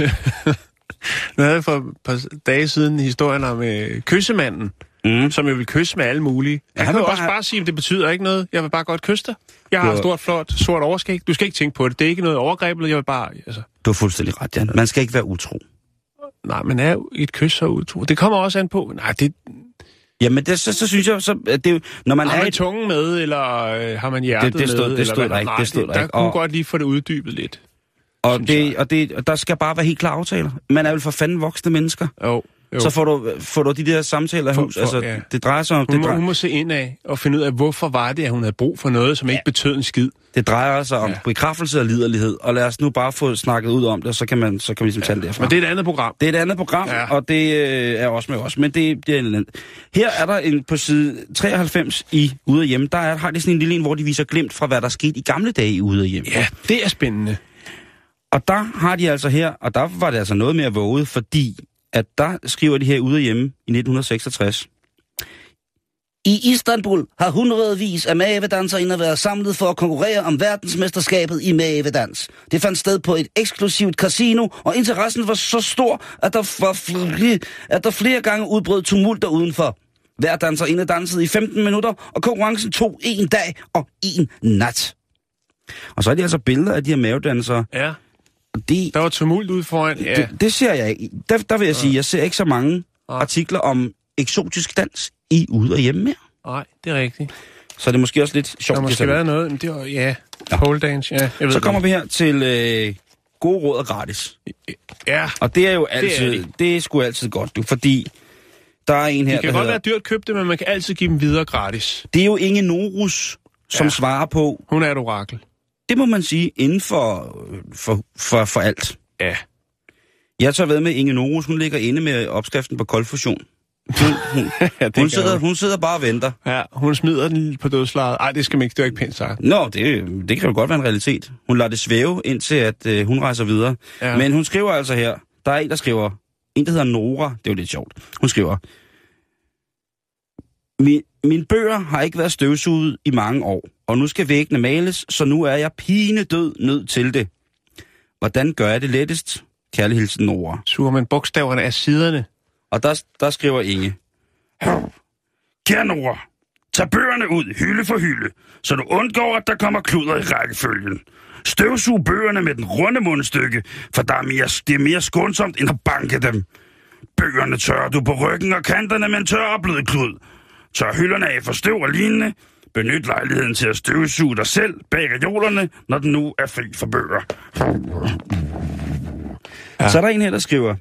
havde jeg for et par dage siden historien om kyssemanden, som jeg vil kysse med alle mulige. Jeg kan jo også bare sige, at det betyder ikke noget. Jeg vil bare godt kysse dig. Jeg har et stort, flot, sort overskæg. Du skal ikke tænke på det. Det er ikke noget overgreb, jeg vil bare... Altså. Du har fuldstændig ret, Jan. Man skal ikke være utro. Nej, men er jo et kys så utro. Det kommer også an på... Nej, det... Jamen, så synes jeg... Så, det er jo, når man har man tungen med, eller har man hjertet med? Det stod der ikke. Der kunne godt lige få det uddybet lidt. Og der skal bare være helt klare aftaler. Man er vel for fanden voksne mennesker. Jo. Så får du de der samtaler i hus. Ja. Det drejer sig om... Hun må se ind af og finde ud af, hvorfor var det, at hun havde brug for noget, som ikke betød en skid. Det drejer sig om bekræftelse og liderlighed. Og lad os nu bare få snakket ud om det, så kan vi ligesom tage det derfra. Men det er et andet program. Det er et andet program, og det er også med os. Men det er her er der på side 93 i Ude og Hjemme, har de sådan en lille en, hvor de viser glimt fra, hvad der skete i gamle dage i Ude og Hjemme. Ja, det er spændende. Og der har de altså her, og der var det altså noget mere våget, fordi at der skriver de her Ude og Hjemme i 1966. I Istanbul har hundredvis af mavedansere været samlet for at konkurrere om verdensmesterskabet i mavedans. Det fandt sted på et eksklusivt casino, og interessen var så stor, at der flere gange udbrød tumulter udenfor. Hver danserinde dansede i 15 minutter, og konkurrencen tog 1 dag og 1 nat. Og så er de altså billeder af de her mavedansere. Ja. Der var tumult ude foran. Ja. Det ser jeg ikke. Der vil jeg sige, jeg ser ikke så mange artikler om eksotisk dans i Ude og Hjemme mere. Nej, det er rigtigt. Så det er måske også lidt sjovt. Der måske været noget, men det var, pole dance, ja. Så kommer vi her til gode råd og gratis. Ja. Og det er jo altid, det er sgu altid godt, fordi der er en her, det kan godt være dyrt købt det, men man kan altid give dem videre gratis. Det er jo Inge Norus, som svarer på... Hun er et orakel. Det må man sige, inden for alt. Ja. Jeg tager ved med Inge Norus, hun ligger inde med opskriften på koldfusion. Hun sidder bare og venter. Ja, hun smider den på dødslejet. Ej, det skal man ikke, det er ikke pænt sagt. Nå, det kan jo godt være en realitet. Hun lader det svæve, indtil at hun rejser videre. Ja. Men hun skriver altså her, der er en, der skriver, en der hedder Nora, det er jo lidt sjovt. Hun skriver, mine bøger har ikke været støvsuget i mange år, og nu skal væggene males, så nu er jeg pinedød nødt til det. Hvordan gør jeg det lettest? Kærlig hilsen, Nora. Suger man bogstaverne af siderne? Og der skriver Inge. Kære Nora, tag bøgerne ud hylde for hylde, så du undgår, at der kommer kluder i rækkefølgen. Støvsug bøgerne med den runde mundstykke, for det er mere skånsomt end at banke dem. Bøgerne tørrer du på ryggen og kanterne med en tør og blød klud. Tør hylderne af for støv og lignende. Benyt lejligheden til at støvsuge dig selv bag reolerne, når den nu er fri for bøger. Ja. Så er der en her, der skriver,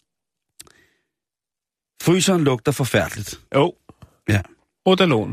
fryseren lugter forfærdeligt. Jo. Ja. Odalon.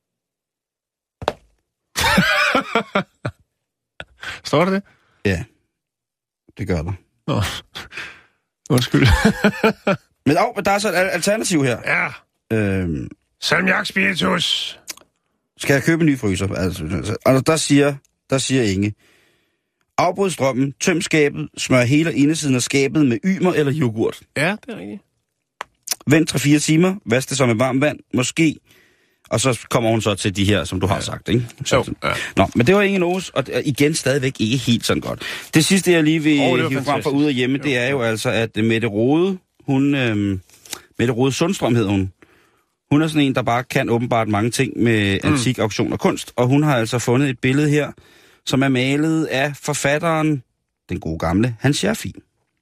Står der det? Ja. Det gør der. Nå. Undskyld. Men der er så et alternativ her. Ja. Salmiak spiritus. Skal jeg købe en ny fryser? Altså, der siger Inge. Afbryd strømmen, tøm skabet, smør hele indersiden af skabet med ymer eller yoghurt. Ja, det er rigtigt. Vent 3-4 timer, vask det så med varmt vand, måske. Og så kommer hun så til de her, som du har sagt, ikke? Så, ja. Nå, men det var Inge Norus, og igen stadigvæk ikke helt sådan godt. Det sidste, jeg lige vil hive frem fra Ude og Hjemme, det er jo altså, at Mette Rode, Mette Rode Sundstrøm hedder hun. Hun er sådan en, der bare kan åbenbart mange ting med antik, auktion og kunst. Og hun har altså fundet et billede her, som er malet af forfatteren, den gode gamle, Hans Scherfig.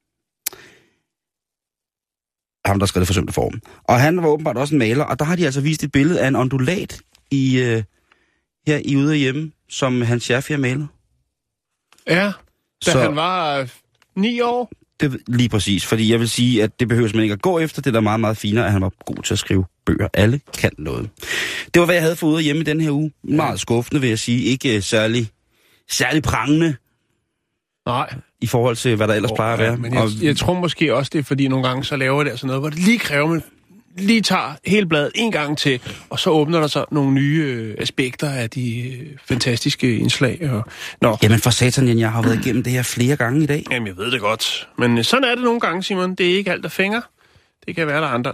Ham, der skrev det forsømte form. Og han var åbenbart også en maler, og der har de altså vist et billede af en ondulat her i Ude og Hjemme, som Hans Scherfig har malet. Ja, han var 9 år. Det lige præcis, fordi jeg vil sige, at det behøver man ikke at gå efter. Det er da meget, meget finere, at han var god til at skrive bøger. Alle kan noget. Det var, hvad jeg havde for Ude og Hjemme i den her uge. Meget skuffende, vil jeg sige. Ikke særlig prangende. Nej. I forhold til, hvad der ellers plejer at være. Men jeg tror måske også, det er fordi nogle gange, så laver det altså noget, hvor det lige kræver, man lige tager hele bladet en gang til, og så åbner der så nogle nye aspekter af de fantastiske indslag. Jamen for satan, jeg har været igennem det her flere gange i dag. Jamen, jeg ved det godt. Men sådan er det nogle gange, Simon. Det er ikke alt, der fænger. Det kan være, der andre.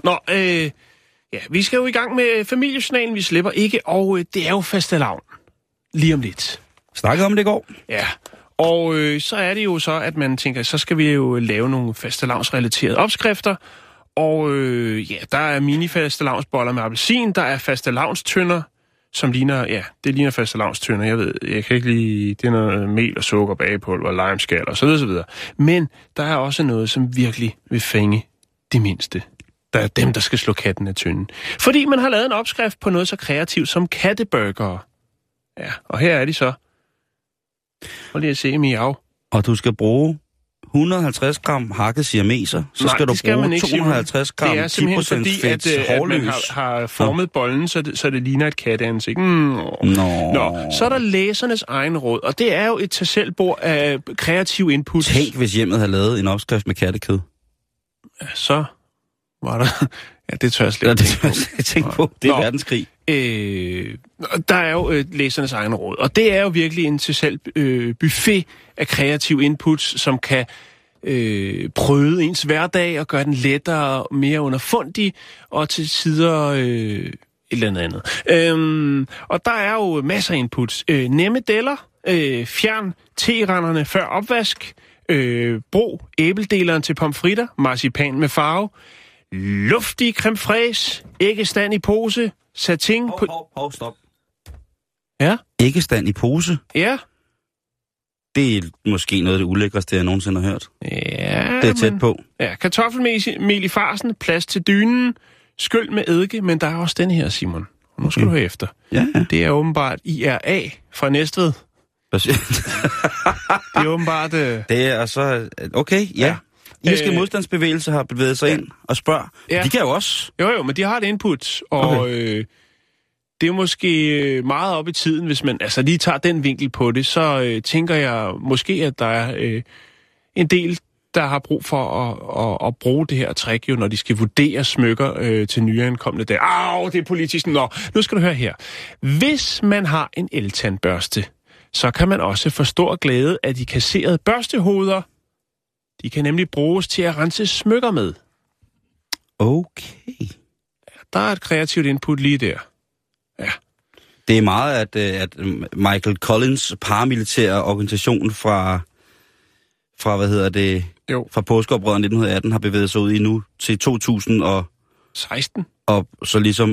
Vi skal jo i gang med familiejournalen, vi slipper ikke, og det er jo fastelavn. Lige om lidt. Snakkede om det i går. Ja, og så er det jo så, at man tænker, så skal vi jo lave nogle fastelavnsrelaterede opskrifter. Og der er mini-fastelavnsboller med appelsin, der er fastelavnstønder, som ligner fastelavnstønder. Jeg kan ikke lide, det er noget mel og sukker, bagepulver, limeskal og så videre. Men der er også noget, som virkelig vil fænge de mindste. Der er dem, der skal slå katten af tynden. Fordi man har lavet en opskrift på noget så kreativt som katteburgere. Ja, og her er de så. Prøv lige at se miau. Og du skal bruge 150 gram hakket siameser, så skal du bruge 250 gram 10% fedt hårløs. Man har formet bollen, så det ligner et katteansigt. Nå, så er der læsernes egen råd, og det er jo et tag selv-bord af kreativ input. Tænk, hvis hjemmet havde lavet en opskrift med kattekød. Ja, så var der... Ja, det tør jeg slet ikke tænke på. Det er verdenskrig. Der er jo læsernes egen råd, og det er jo virkelig en til selv buffet af kreativ inputs, som kan prøve ens hverdag og gøre den lettere og mere underfundig, og til sider et eller andet. Og der er jo masser af inputs. Nemme deller, fjern te-renderne før opvask, brug æbledeleren til pomfritter, marcipan med farve, luftig creme fraise, æggestand i pose, satin... Stop. Ja? Æggestand i pose? Ja. Det er måske noget af det ulækreste, jeg nogensinde har hørt. Ja, det er tæt på. Ja, kartoffelmel i farsen, plads til dynen, skyld med eddike, men der er også den her, Simon. Nu skal du høre efter. Ja. Det er åbenbart IRA fra Næstved. Det er åbenbart... Det er så... Okay, ja. Irske modstandsbevægelse har bevæget sig ind og spørger. Ja. De kan jo også. Jo, men de har et input, og det er måske meget op i tiden, hvis man lige tager den vinkel på det, så tænker jeg måske, at der er en del, der har brug for at bruge det her trick, jo, når de skal vurdere smykker til nyankomne der. Det er politisk. Nå, nu skal du høre her. Hvis man har en eltandbørste, så kan man også få stor glæde af de kasserede børstehoveder. De kan nemlig bruges til at rense smykker med. Okay. Der er et kreativt input lige der. Ja. Det er meget, at Michael Collins paramilitære organisation fra fra påskeoprøret 1918 har bevæget sig ud i nu til 2016. Og så ligesom...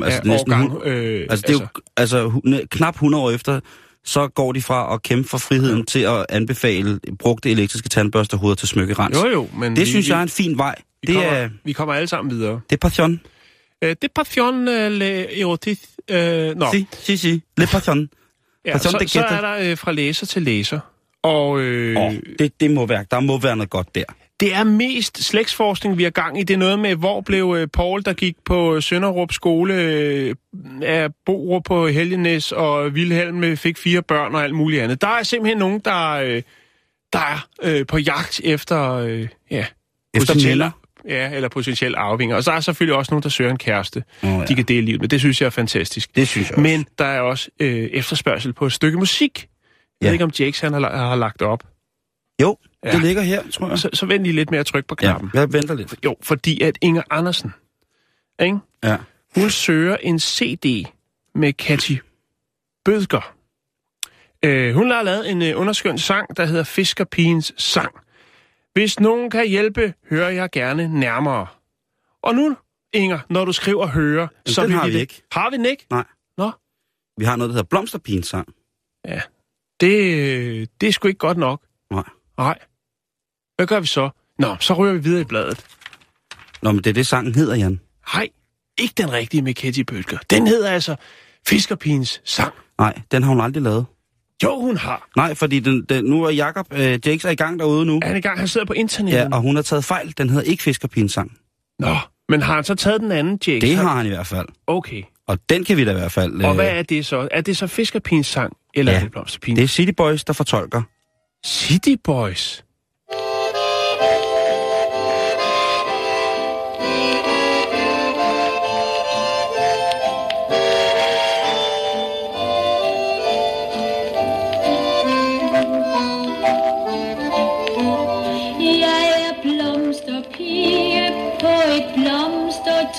knap 100 år efter... så går de fra at kæmpe for friheden til at anbefale brugte elektriske tandbørstehoveder til smykkerens. Jo, men... Det synes jeg er en fin vej. Vi kommer alle sammen videre. Det er passion. Det er passion, le erotik. Si. Le passion. Ja, så er der fra læser til læser. Og... det må være, der må være noget godt der. Det er mest slægtsforskning, vi har gang i. Det er noget med, hvor blev Paul, der gik på Sønderup skole, af Borup på Helgenæs, og Vilhelm fik 4 børn og alt muligt andet. Der er simpelthen nogen, der er på jagt efter... efter mælder? Ja, eller potentielle arvinger. Og så er der selvfølgelig også nogen, der søger en kæreste. De kan dele livet med. Det synes jeg er fantastisk. Det synes jeg også. Men der er også efterspørgsel på et stykke musik. Jeg ved ikke, om Jakes han har lagt op. Jo, det ligger her, tror jeg. Så vent lige lidt med at trykke på knappen. Ja, jeg venter lidt. Jo, fordi at Inger Andersen, ikke? Ja. Hun søger en CD med Katty Bødker. Hun har lavet en underskøn sang, der hedder Fiskerpigens Sang. Hvis nogen kan hjælpe, hører jeg gerne nærmere. Og nu, Inger, når du skriver høre, så har vi ikke. Har vi den ikke? Nej. Nå? Vi har noget, der hedder Blomsterpigens Sang. Ja. Det er sgu ikke godt nok. Nej. Hvad gør vi så? Nå, så rører vi videre i bladet. Nå, men det er det, sangen hedder, Jan. Nej, ikke den rigtige med Katty Bødker. Den hedder altså Fiskerpigens Sang. Nej, den har hun aldrig lavet. Jo, hun har. Nej, fordi nu er Jacob Jakes er i gang derude nu. Han er i gang, han sidder på internettet. Ja, og hun har taget fejl. Den hedder ikke Fiskerpigens Sang. Nå, men har han så taget den anden, Jakes? Det har han i hvert fald. Okay. Og den kan vi da i hvert fald... Og hvad er det så? Er det så Fiskerpigens Sang, eller er det Blomsterpigens? Det er City Boys, der fortolker. City Boys?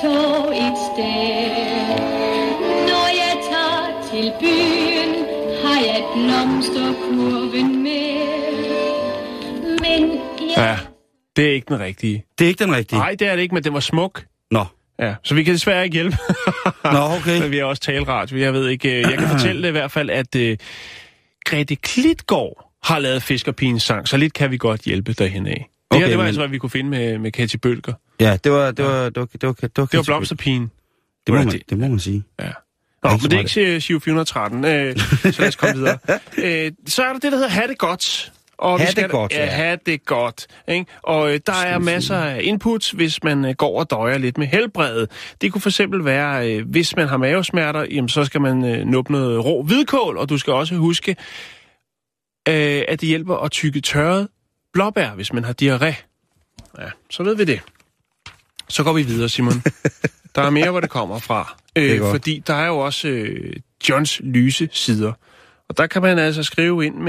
tog et sted. Når jeg tager til byen, har jeg blomsterkurven med. Men ja, det er ikke den rigtige. Det er ikke den rigtige? Nej, det er det ikke, men den var smuk. Nå. Ja, så vi kan desværre ikke hjælpe. Nå, okay. Men vi er også taleradio, jeg ved ikke. Jeg kan fortælle det i hvert fald, at Grete Klitgaard har lavet Fiskerpigens sang, så lidt kan vi godt hjælpe derhen af. Det her, det var altså, hvad vi kunne finde med Katy Bølger. Ja, det var Blomsterpigen. Det må man sige. Ja. Nå, men det er ikke Shiv 413, så lad os komme videre. Så er der det, der hedder Ha' det godt. Og ha' det godt, ja. Ha' det godt. Ikke? Og der er masser af inputs, hvis man går og døjer lidt med helbredet. Det kunne for eksempel være, hvis man har mavesmerter, jamen, så skal man nuppe noget rå hvidkål, og du skal også huske, at det hjælper at tygge tørret blåbær, hvis man har diarré. Ja, så ved vi det. Så går vi videre, Simon. Der er mere, hvor det kommer fra. Fordi der er jo også Johns lyse sider. Og der kan man altså skrive ind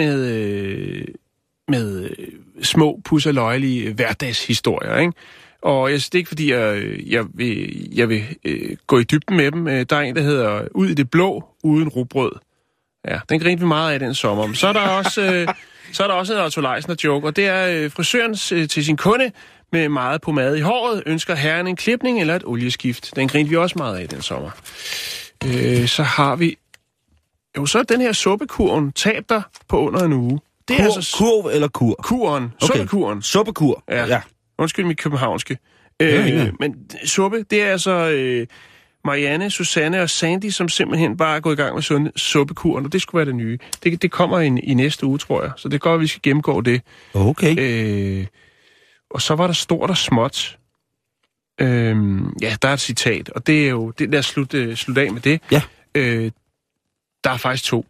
med små, pusseløjelige hverdagshistorier, ikke? Og jeg synes det er ikke, fordi jeg vil gå i dybden med dem. Der er en, der hedder Ud i det blå, uden rugbrød. Ja, den griner vi meget af den sommer. Så er der også en Otto Leisner-joke, og det er frisøren til sin kunde med meget pomade i håret, ønsker herren en klipning eller et olieskift. Den griner vi også meget af den sommer. Så har vi... Jo, så er den her suppekurven, tab dig på under en uge. Det er altså... Kurv eller kur? Kuren. Okay. Suppekuren. Suppekur. Ja. Undskyld mit københavnske. Men suppe, det er altså Marianne, Susanne og Sandy, som simpelthen bare er gået i gang med suppekuren, og det skulle være det nye. Det kommer i næste uge, tror jeg. Så det går, at vi skal gennemgå det. Okay. Og så var der stort og småt. Ja, der er et citat, og det er jo... Lad os slutte af med det. Ja. Der er faktisk 2.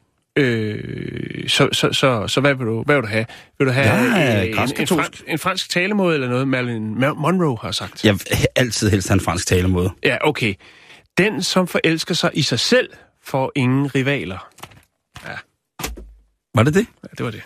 Så hvad vil du have? Vil du have en fransk talemåde eller noget, Marilyn Monroe har sagt? Jeg vil altid helst have en fransk talemåde. Ja, okay. Den, som forelsker sig i sig selv, får ingen rivaler. Ja. Var det det? Ja, det var det.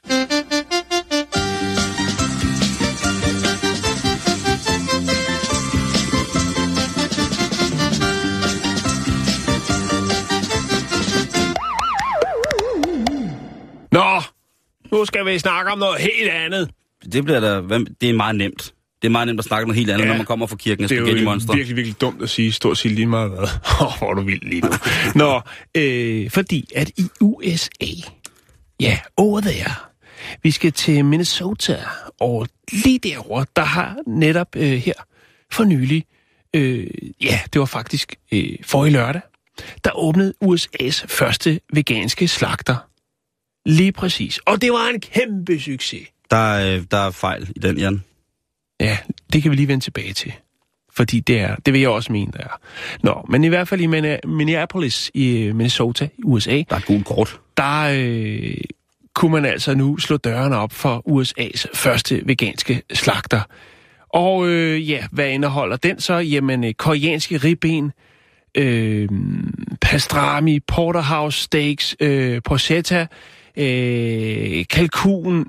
Nå, nu skal vi snakke om noget helt andet. Det er meget nemt. Det er meget nemt at snakke om noget helt andet, når man kommer fra kirken af Spaghetti Monster. Det er jo virkelig dumt at sige, stort set lige meget hvad. Hvor er du vild lige nu. Nå, fordi at i USA, ja, over der, vi skal til Minnesota, og lige derovre, der har netop her for nylig, ja, det var faktisk forrige lørdag, der åbnede USA's første veganske slagter. Lige præcis. Og det var en kæmpe succes. Der er fejl i den, Jan. Ja, det kan vi lige vende tilbage til. Fordi det vil jeg også mene, der er. Nå, men i hvert fald i Minneapolis i Minnesota i USA. Der er et gult kort. Der kunne man altså nu slå dørene op for USA's første veganske slagter. Og ja, hvad indeholder den så? Jamen, koreanske ribben, pastrami, porterhouse steaks, porchetta, kalkun,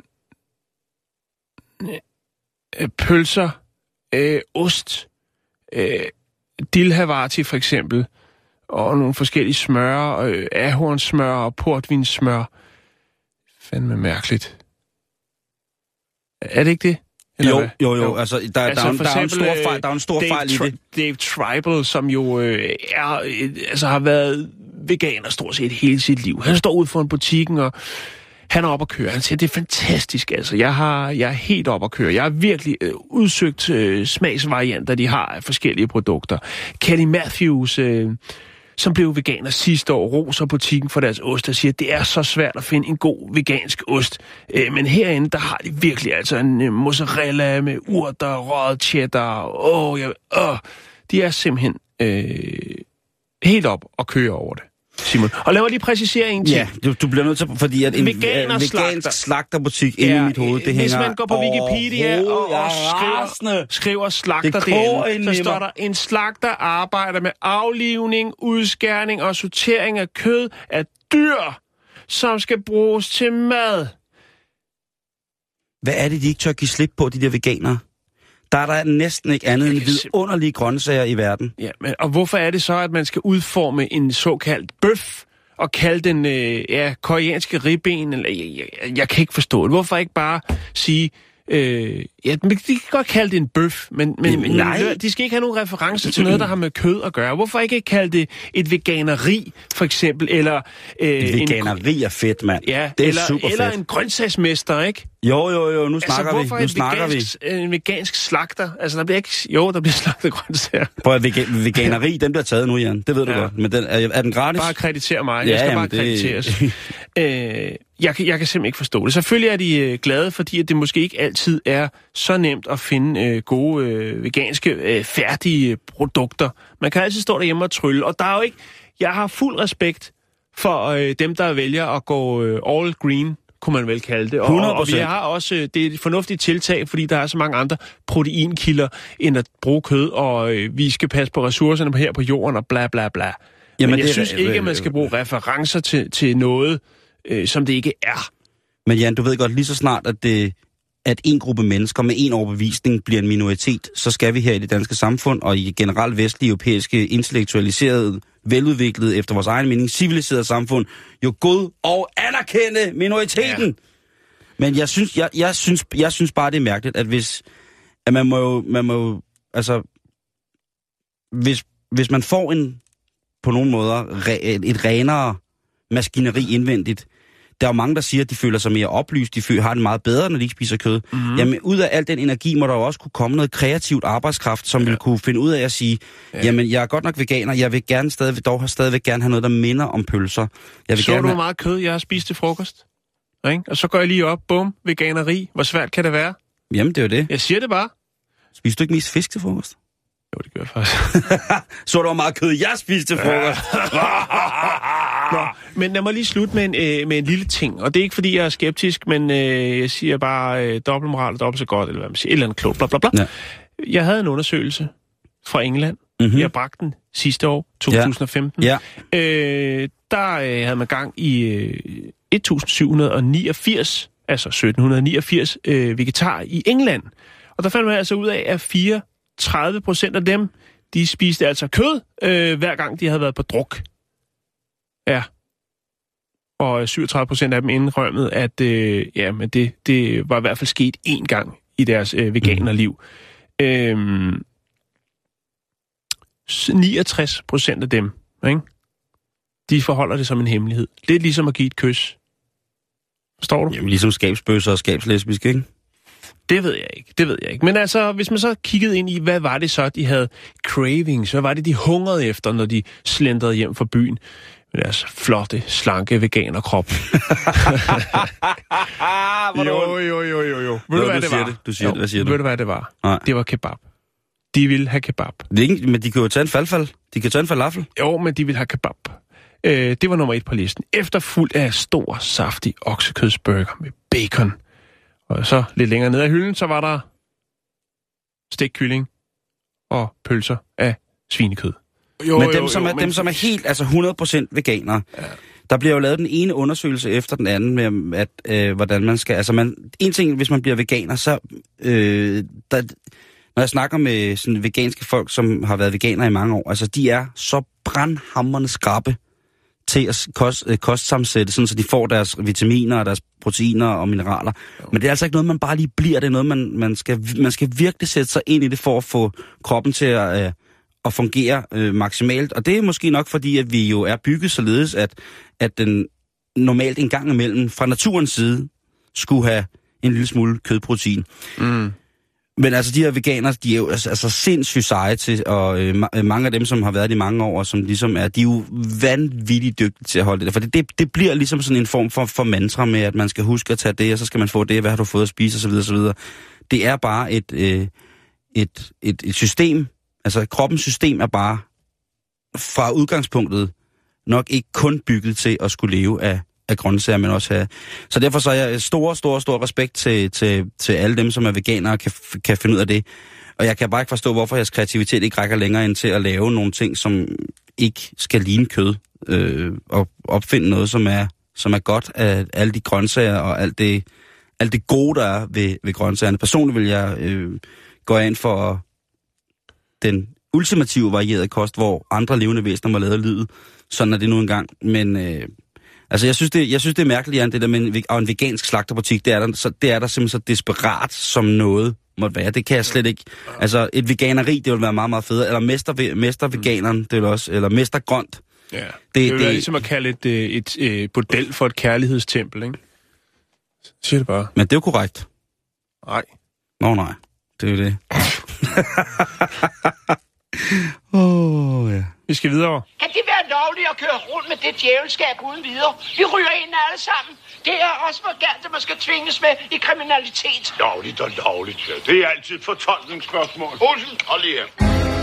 pølser, ost, dilhavati for eksempel, og nogle forskellige smør, ahornsmør og portvinsmør. Fandme mærkeligt. Er det ikke det? Jo. Altså, der er en stor fejl i det. Dave Tribal, som jo har været veganer stort set hele sit liv. Han står ude foran butikken, og han er oppe at køre. Han siger, det er fantastisk, altså. Jeg er helt oppe at køre. Jeg har virkelig udsøgt smagsvarianter, de har af forskellige produkter. Kelly Matthews, som blev veganer sidste år, roser butikken for deres ost, og siger, at det er så svært at finde en god vegansk ost. Men herinde, der har de virkelig altså en mozzarella med urter, røget cheddar. De er simpelthen helt op og køre over det, Simon. Og lad mig lige præcisere en ting. Ja, du bliver nødt til, fordi at en vegansk slagterbutik inde i mit hoved, det hvis hænger... Hvis man går på Wikipedia og skriver slagter derinde, så står der, en slagter arbejder med aflivning, udskærning og sortering af kød af dyr, som skal bruges til mad. Hvad er det, de ikke tør give slip på, de der veganere? Der er der næsten ikke andet end vidunderlige grøntsager i verden. Ja, men, og hvorfor er det så, at man skal udforme en såkaldt bøf og kalde den koreanske ribben? Eller, jeg kan ikke forstå det. Hvorfor ikke bare sige... de kan godt kalde det en bøf, men nej, de skal ikke have nogen referencer til noget, der har med kød at gøre. Hvorfor ikke kalde det et veganeri, for eksempel, eller... veganeri er fedt, mand. Ja, det er super fedt. Eller en grøntsagsmester, ikke? Jo, nu snakker vi. En vegansk slagter? Altså, der bliver slagtet grøntsager. Prøv at veganeri, den bliver taget nu, Jan. Det ved du godt. Men er den gratis? Bare kreditere mig. Jeg skal bare krediteres. Jeg kan simpelthen ikke forstå det. Selvfølgelig er de glade, fordi at det måske ikke altid er så nemt at finde gode veganske færdige produkter. Man kan altid stå derhjemme og trylle, og der er jo ikke... Jeg har fuld respekt for dem, der vælger at gå all green, kunne man vel kalde det. Og vi har også det er et fornuftigt tiltag, fordi der er så mange andre proteinkilder, end at bruge kød, og vi skal passe på ressourcerne her på jorden, og bla bla bla. Men jeg synes ikke, at man skal bruge referencer til noget, som det ikke er. Men Jan, du ved godt, lige så snart, at en gruppe mennesker med en overbevisning bliver en minoritet, så skal vi her i det danske samfund, og i generelt vestlige, europæiske, intellektualiserede, veludviklede, efter vores egen mening, civiliserede samfund, jo god og anerkende minoriteten. Ja. Men jeg synes bare, det er mærkeligt, at man må altså, hvis man får på nogle måder, et renere maskineri indvendigt. Der er jo mange, der siger, at de føler sig mere oplyst, de har det meget bedre, når de ikke spiser kød. Mm-hmm. Jamen, ud af al den energi må der jo også kunne komme noget kreativt arbejdskraft, som vil kunne finde ud af at sige, jamen, jeg er godt nok veganer, jeg vil gerne stadigvæk gerne have noget, der minder om pølser. Så du meget kød, jeg har spist til frokost? Ikke? Og så går jeg lige op, bum, veganeri. Hvor svært kan det være? Jamen, det er jo det. Jeg siger det bare. Spiser du ikke mest fisk til frokost? Jo, det gør jeg faktisk. Så der var meget kød, jeg spiste til frokost. Nå, men lad mig lige slutte med en lille ting. Og det er ikke, fordi jeg er skeptisk, men jeg siger bare dobbeltmoral og dobbelt så godt, eller hvad man siger. Et eller andet klogt, bla bla bla. Ja. Jeg havde en undersøgelse fra England. Mm-hmm. Jeg bragte den sidste år, 2015. Ja. Der havde man gang i 1789, altså 1789 vegetarer i England. Og der fandt man altså ud af, at 34% af dem, de spiste altså kød, hver gang de havde været på druk. Ja. Og 37% af dem indrømmede, at men det var i hvert fald sket én gang i deres veganerliv. 69% af dem, ikke? De forholder det som en hemmelighed. Det er ligesom at give et kys. Forstår du? Jamen ligesom skabsbøsser og skabslesbisk, ikke? Det ved jeg ikke. Men altså, hvis man så kiggede ind i, hvad var det så, de havde cravings, hvad var det, de hungrede efter, når de slendrede hjem fra byen med deres flotte, slanke veganerkrop. Jo. Ved du, hvad det var? Du siger det. Hvad siger du? Ved du, hvad det var? Nej. Det var kebab. De ville have kebab. Men de kan jo tage en falafel. De kan tage en falafel. Jo, men de ville have kebab. Det var nummer 1 på listen. Efterfulgt af stor, saftig oksekødsburger med bacon. Og så lidt længere ned ad hylden, så var der stekkylling og pølser af svinekød. Men dem, som er helt, altså 100% veganere, der bliver jo lavet den ene undersøgelse efter den anden med, hvordan man skal... Altså en ting, hvis man bliver veganer, så... Når jeg snakker med sådan veganske folk, som har været veganere i mange år, altså de er så brandhamrende skrappe til at kostsammensætte, sådan, så de får deres vitaminer og deres proteiner og mineraler. Men det er altså ikke noget, man bare lige bliver. Det er noget, man skal virkelig sætte sig ind i det, for at få kroppen til at fungere maksimalt. Og det er måske nok fordi, at vi jo er bygget således, at den normalt en gang imellem fra naturens side skulle have en lille smule kødprotein. Mm. Men altså, de her veganere, de er jo altså sindssygt seje til, og mange af dem, som har været det i mange år, som ligesom er, de er jo vanvittigt dygtige til at holde det der. For det bliver ligesom sådan en form for mantra med, at man skal huske at tage det, og så skal man få det, hvad har du fået at spise, osv. osv. Det er bare et system, altså kroppens system er bare fra udgangspunktet nok ikke kun bygget til at skulle leve af grøntsager, men også have. Så derfor så er jeg stor respekt til alle dem, som er veganere og kan finde ud af det. Og jeg kan bare ikke forstå, hvorfor jeres kreativitet ikke rækker længere ind til at lave nogle ting, som ikke skal ligne kød, og opfinde noget, som er godt af alle de grøntsager og alt det gode, der er ved grøntsagerne. Personligt vil jeg går jeg ind for den ultimative varierede kost, hvor andre levende væsener må lave livet. Sådan er det nu engang. Men altså, jeg synes, det er mærkeligt, Jan, det der med en vegansk slagterbutik. Det er der simpelthen så desperat, som noget måtte være. Det kan jeg slet ikke. Altså, et veganeri, det vil være meget, meget federe. Eller mesterveganeren, det vil også. Eller mestergrønt. Ja, det vil være ligesom at kalde et bordel for et kærlighedstempel, ikke? Siger det bare. Men det er jo korrekt. Nej. Nå, nej. Det er jo det. Ja. Vi skal videre. Kan det være lovligt at køre rundt med det djævelskab uden videre? Vi ryger ind alle sammen. Det er også for galt, at man skal tvinges med i kriminalitet. Lovligt og lovligt, ja. Det er altid et fortolkningsspørgsmål. Olsen, hold lige her.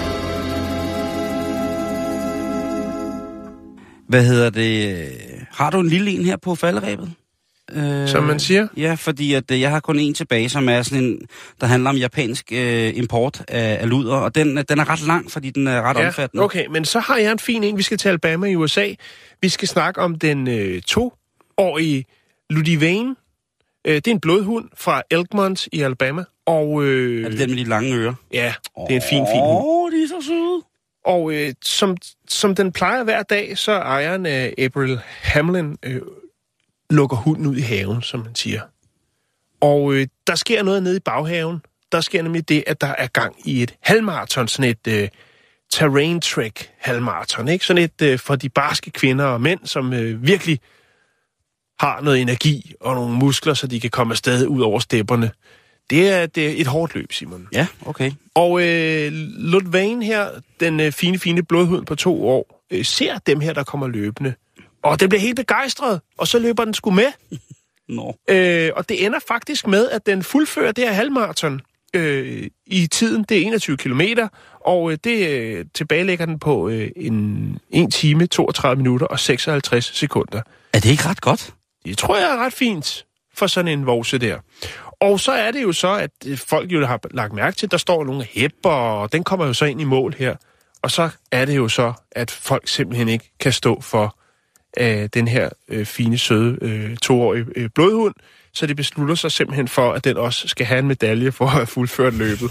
Hvad hedder det? Har du en lille en her på falderæbet? Som man siger? Ja, fordi at jeg har kun en tilbage, som er sådan en, der handler om japansk import af luder, og den er ret lang, fordi den er ret omfattende. Okay, men så har jeg en fin en. Vi skal til Alabama i USA. Vi skal snakke om den 2-årige Ludivine. Det er en blodhund fra Elkmont i Alabama. Og, er det den med de lange ører? Ja, det er en fin hund. De er så søde. Og som den plejer hver dag, så ejeren af April Hamlin lukker hunden ud i haven, som man siger. Og der sker noget nede i baghaven. Der sker nemlig det, at der er gang i et halvmarathon, sådan et terrain trek halvmarathon, ikke? Sådan et for de barske kvinder og mænd, som virkelig har noget energi og nogle muskler, så de kan komme afsted ud over stepperne. Det er et hårdt løb, Simon. Ja, okay. Og Ludvane her, den fine blodhund på 2 år, ser dem her, der kommer løbende. Og den bliver helt begejstret, og så løber den sgu med. No. Og det ender faktisk med, at den fuldfører det her halvmarathon i tiden. Det er 21 kilometer, og det tilbagelægger den på 1 time, 32 minutter og 56 sekunder. Er det ikke ret godt? Det tror jeg er ret fint for sådan en vovse der. Og så er det jo så, at folk jo har lagt mærke til, at der står nogle hæpper, og den kommer jo så ind i mål her. Og så er det jo så, at folk simpelthen ikke kan stå for den her fine, søde 2-årige blodhund, så de beslutter sig simpelthen for, at den også skal have en medalje for at have fuldført løbet.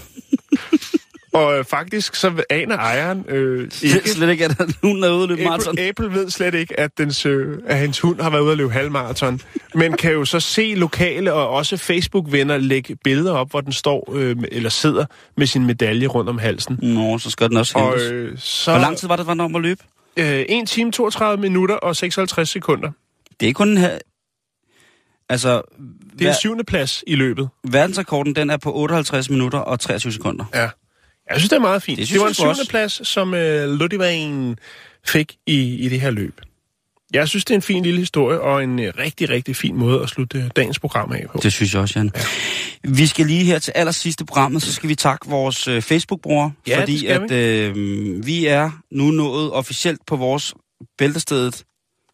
Og faktisk så aner ejeren ikke... Slet ikke, at hunden er ude at løbe maraton. April ved slet ikke, at hans hund har været ude at løbe halvmaraton, men kan jo så se lokale og også Facebook-venner lægge billeder op, hvor den står eller sidder med sin medalje rundt om halsen. Nå, så skal den også hentes. Hvor lang tid var det, var den om at løbe? 1 time, 32 minutter og 56 sekunder. Det er kun en her... Altså... Det er 7. plads i løbet. Verdensrekorden, den er på 58 minutter og 23 sekunder. Ja. Jeg synes, det er meget fint. Det var en 7. også. plads, som Ludivine fik i det her løb. Jeg synes, det er en fin lille historie, og en rigtig, rigtig fin måde at slutte dagens program af på. Det synes jeg også, Jan. Ja. Vi skal lige her til allersidste programmet, så skal vi takke vores Facebook-brugere, ja, fordi at vi er nu nået officielt på vores bæltestedet.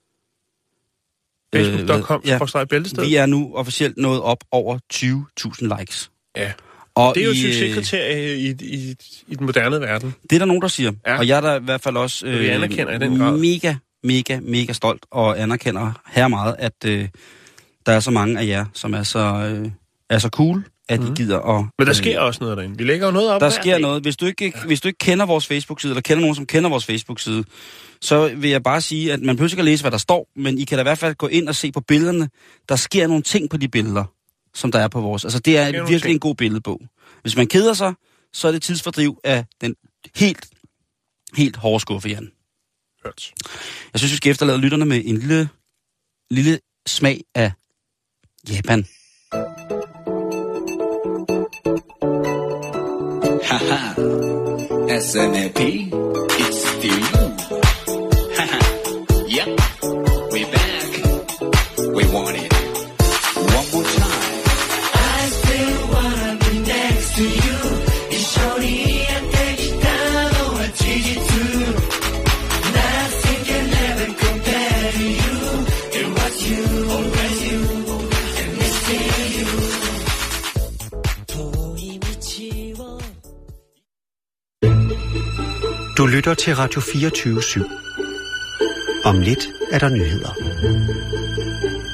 Facebook.com/bæltestedet. Vi er nu officielt nået op over 20.000 likes. Ja. Og det er jo et succeskriterie i den moderne verden. Det er der nogen, der siger. Ja. Og jeg er da i hvert fald også vi anerkender i den grad. mega stolt og anerkender her meget, at der er så mange af jer, som er så cool, at I gider at... Men der sker også noget derinde. Vi lægger jo noget op. Der sker noget. Hvis du ikke kender vores Facebook-side, eller kender nogen, som kender vores Facebook-side, så vil jeg bare sige, at man behøver ikke at læse, hvad der står, men I kan da i hvert fald gå ind og se på billederne. Der sker nogle ting på de billeder, som der er på vores. Altså, det er virkelig en god billedbog. Hvis man keder sig, så er det tidsfordriv af den helt hårde skuffe, Jan. Hørt. Jeg synes, vi skal efterlade lytterne med en lille smag af Japan. Haha, SNAP, it's still you. Haha, yep, we back, we want it. One more time. I still wanna be next to you. It's shorty and take it down, oh, I treat you too. Nothing can ever compare to you. It was you, always you, and missing you. Du lytter til Radio 24/7. Om lidt er der nyheder.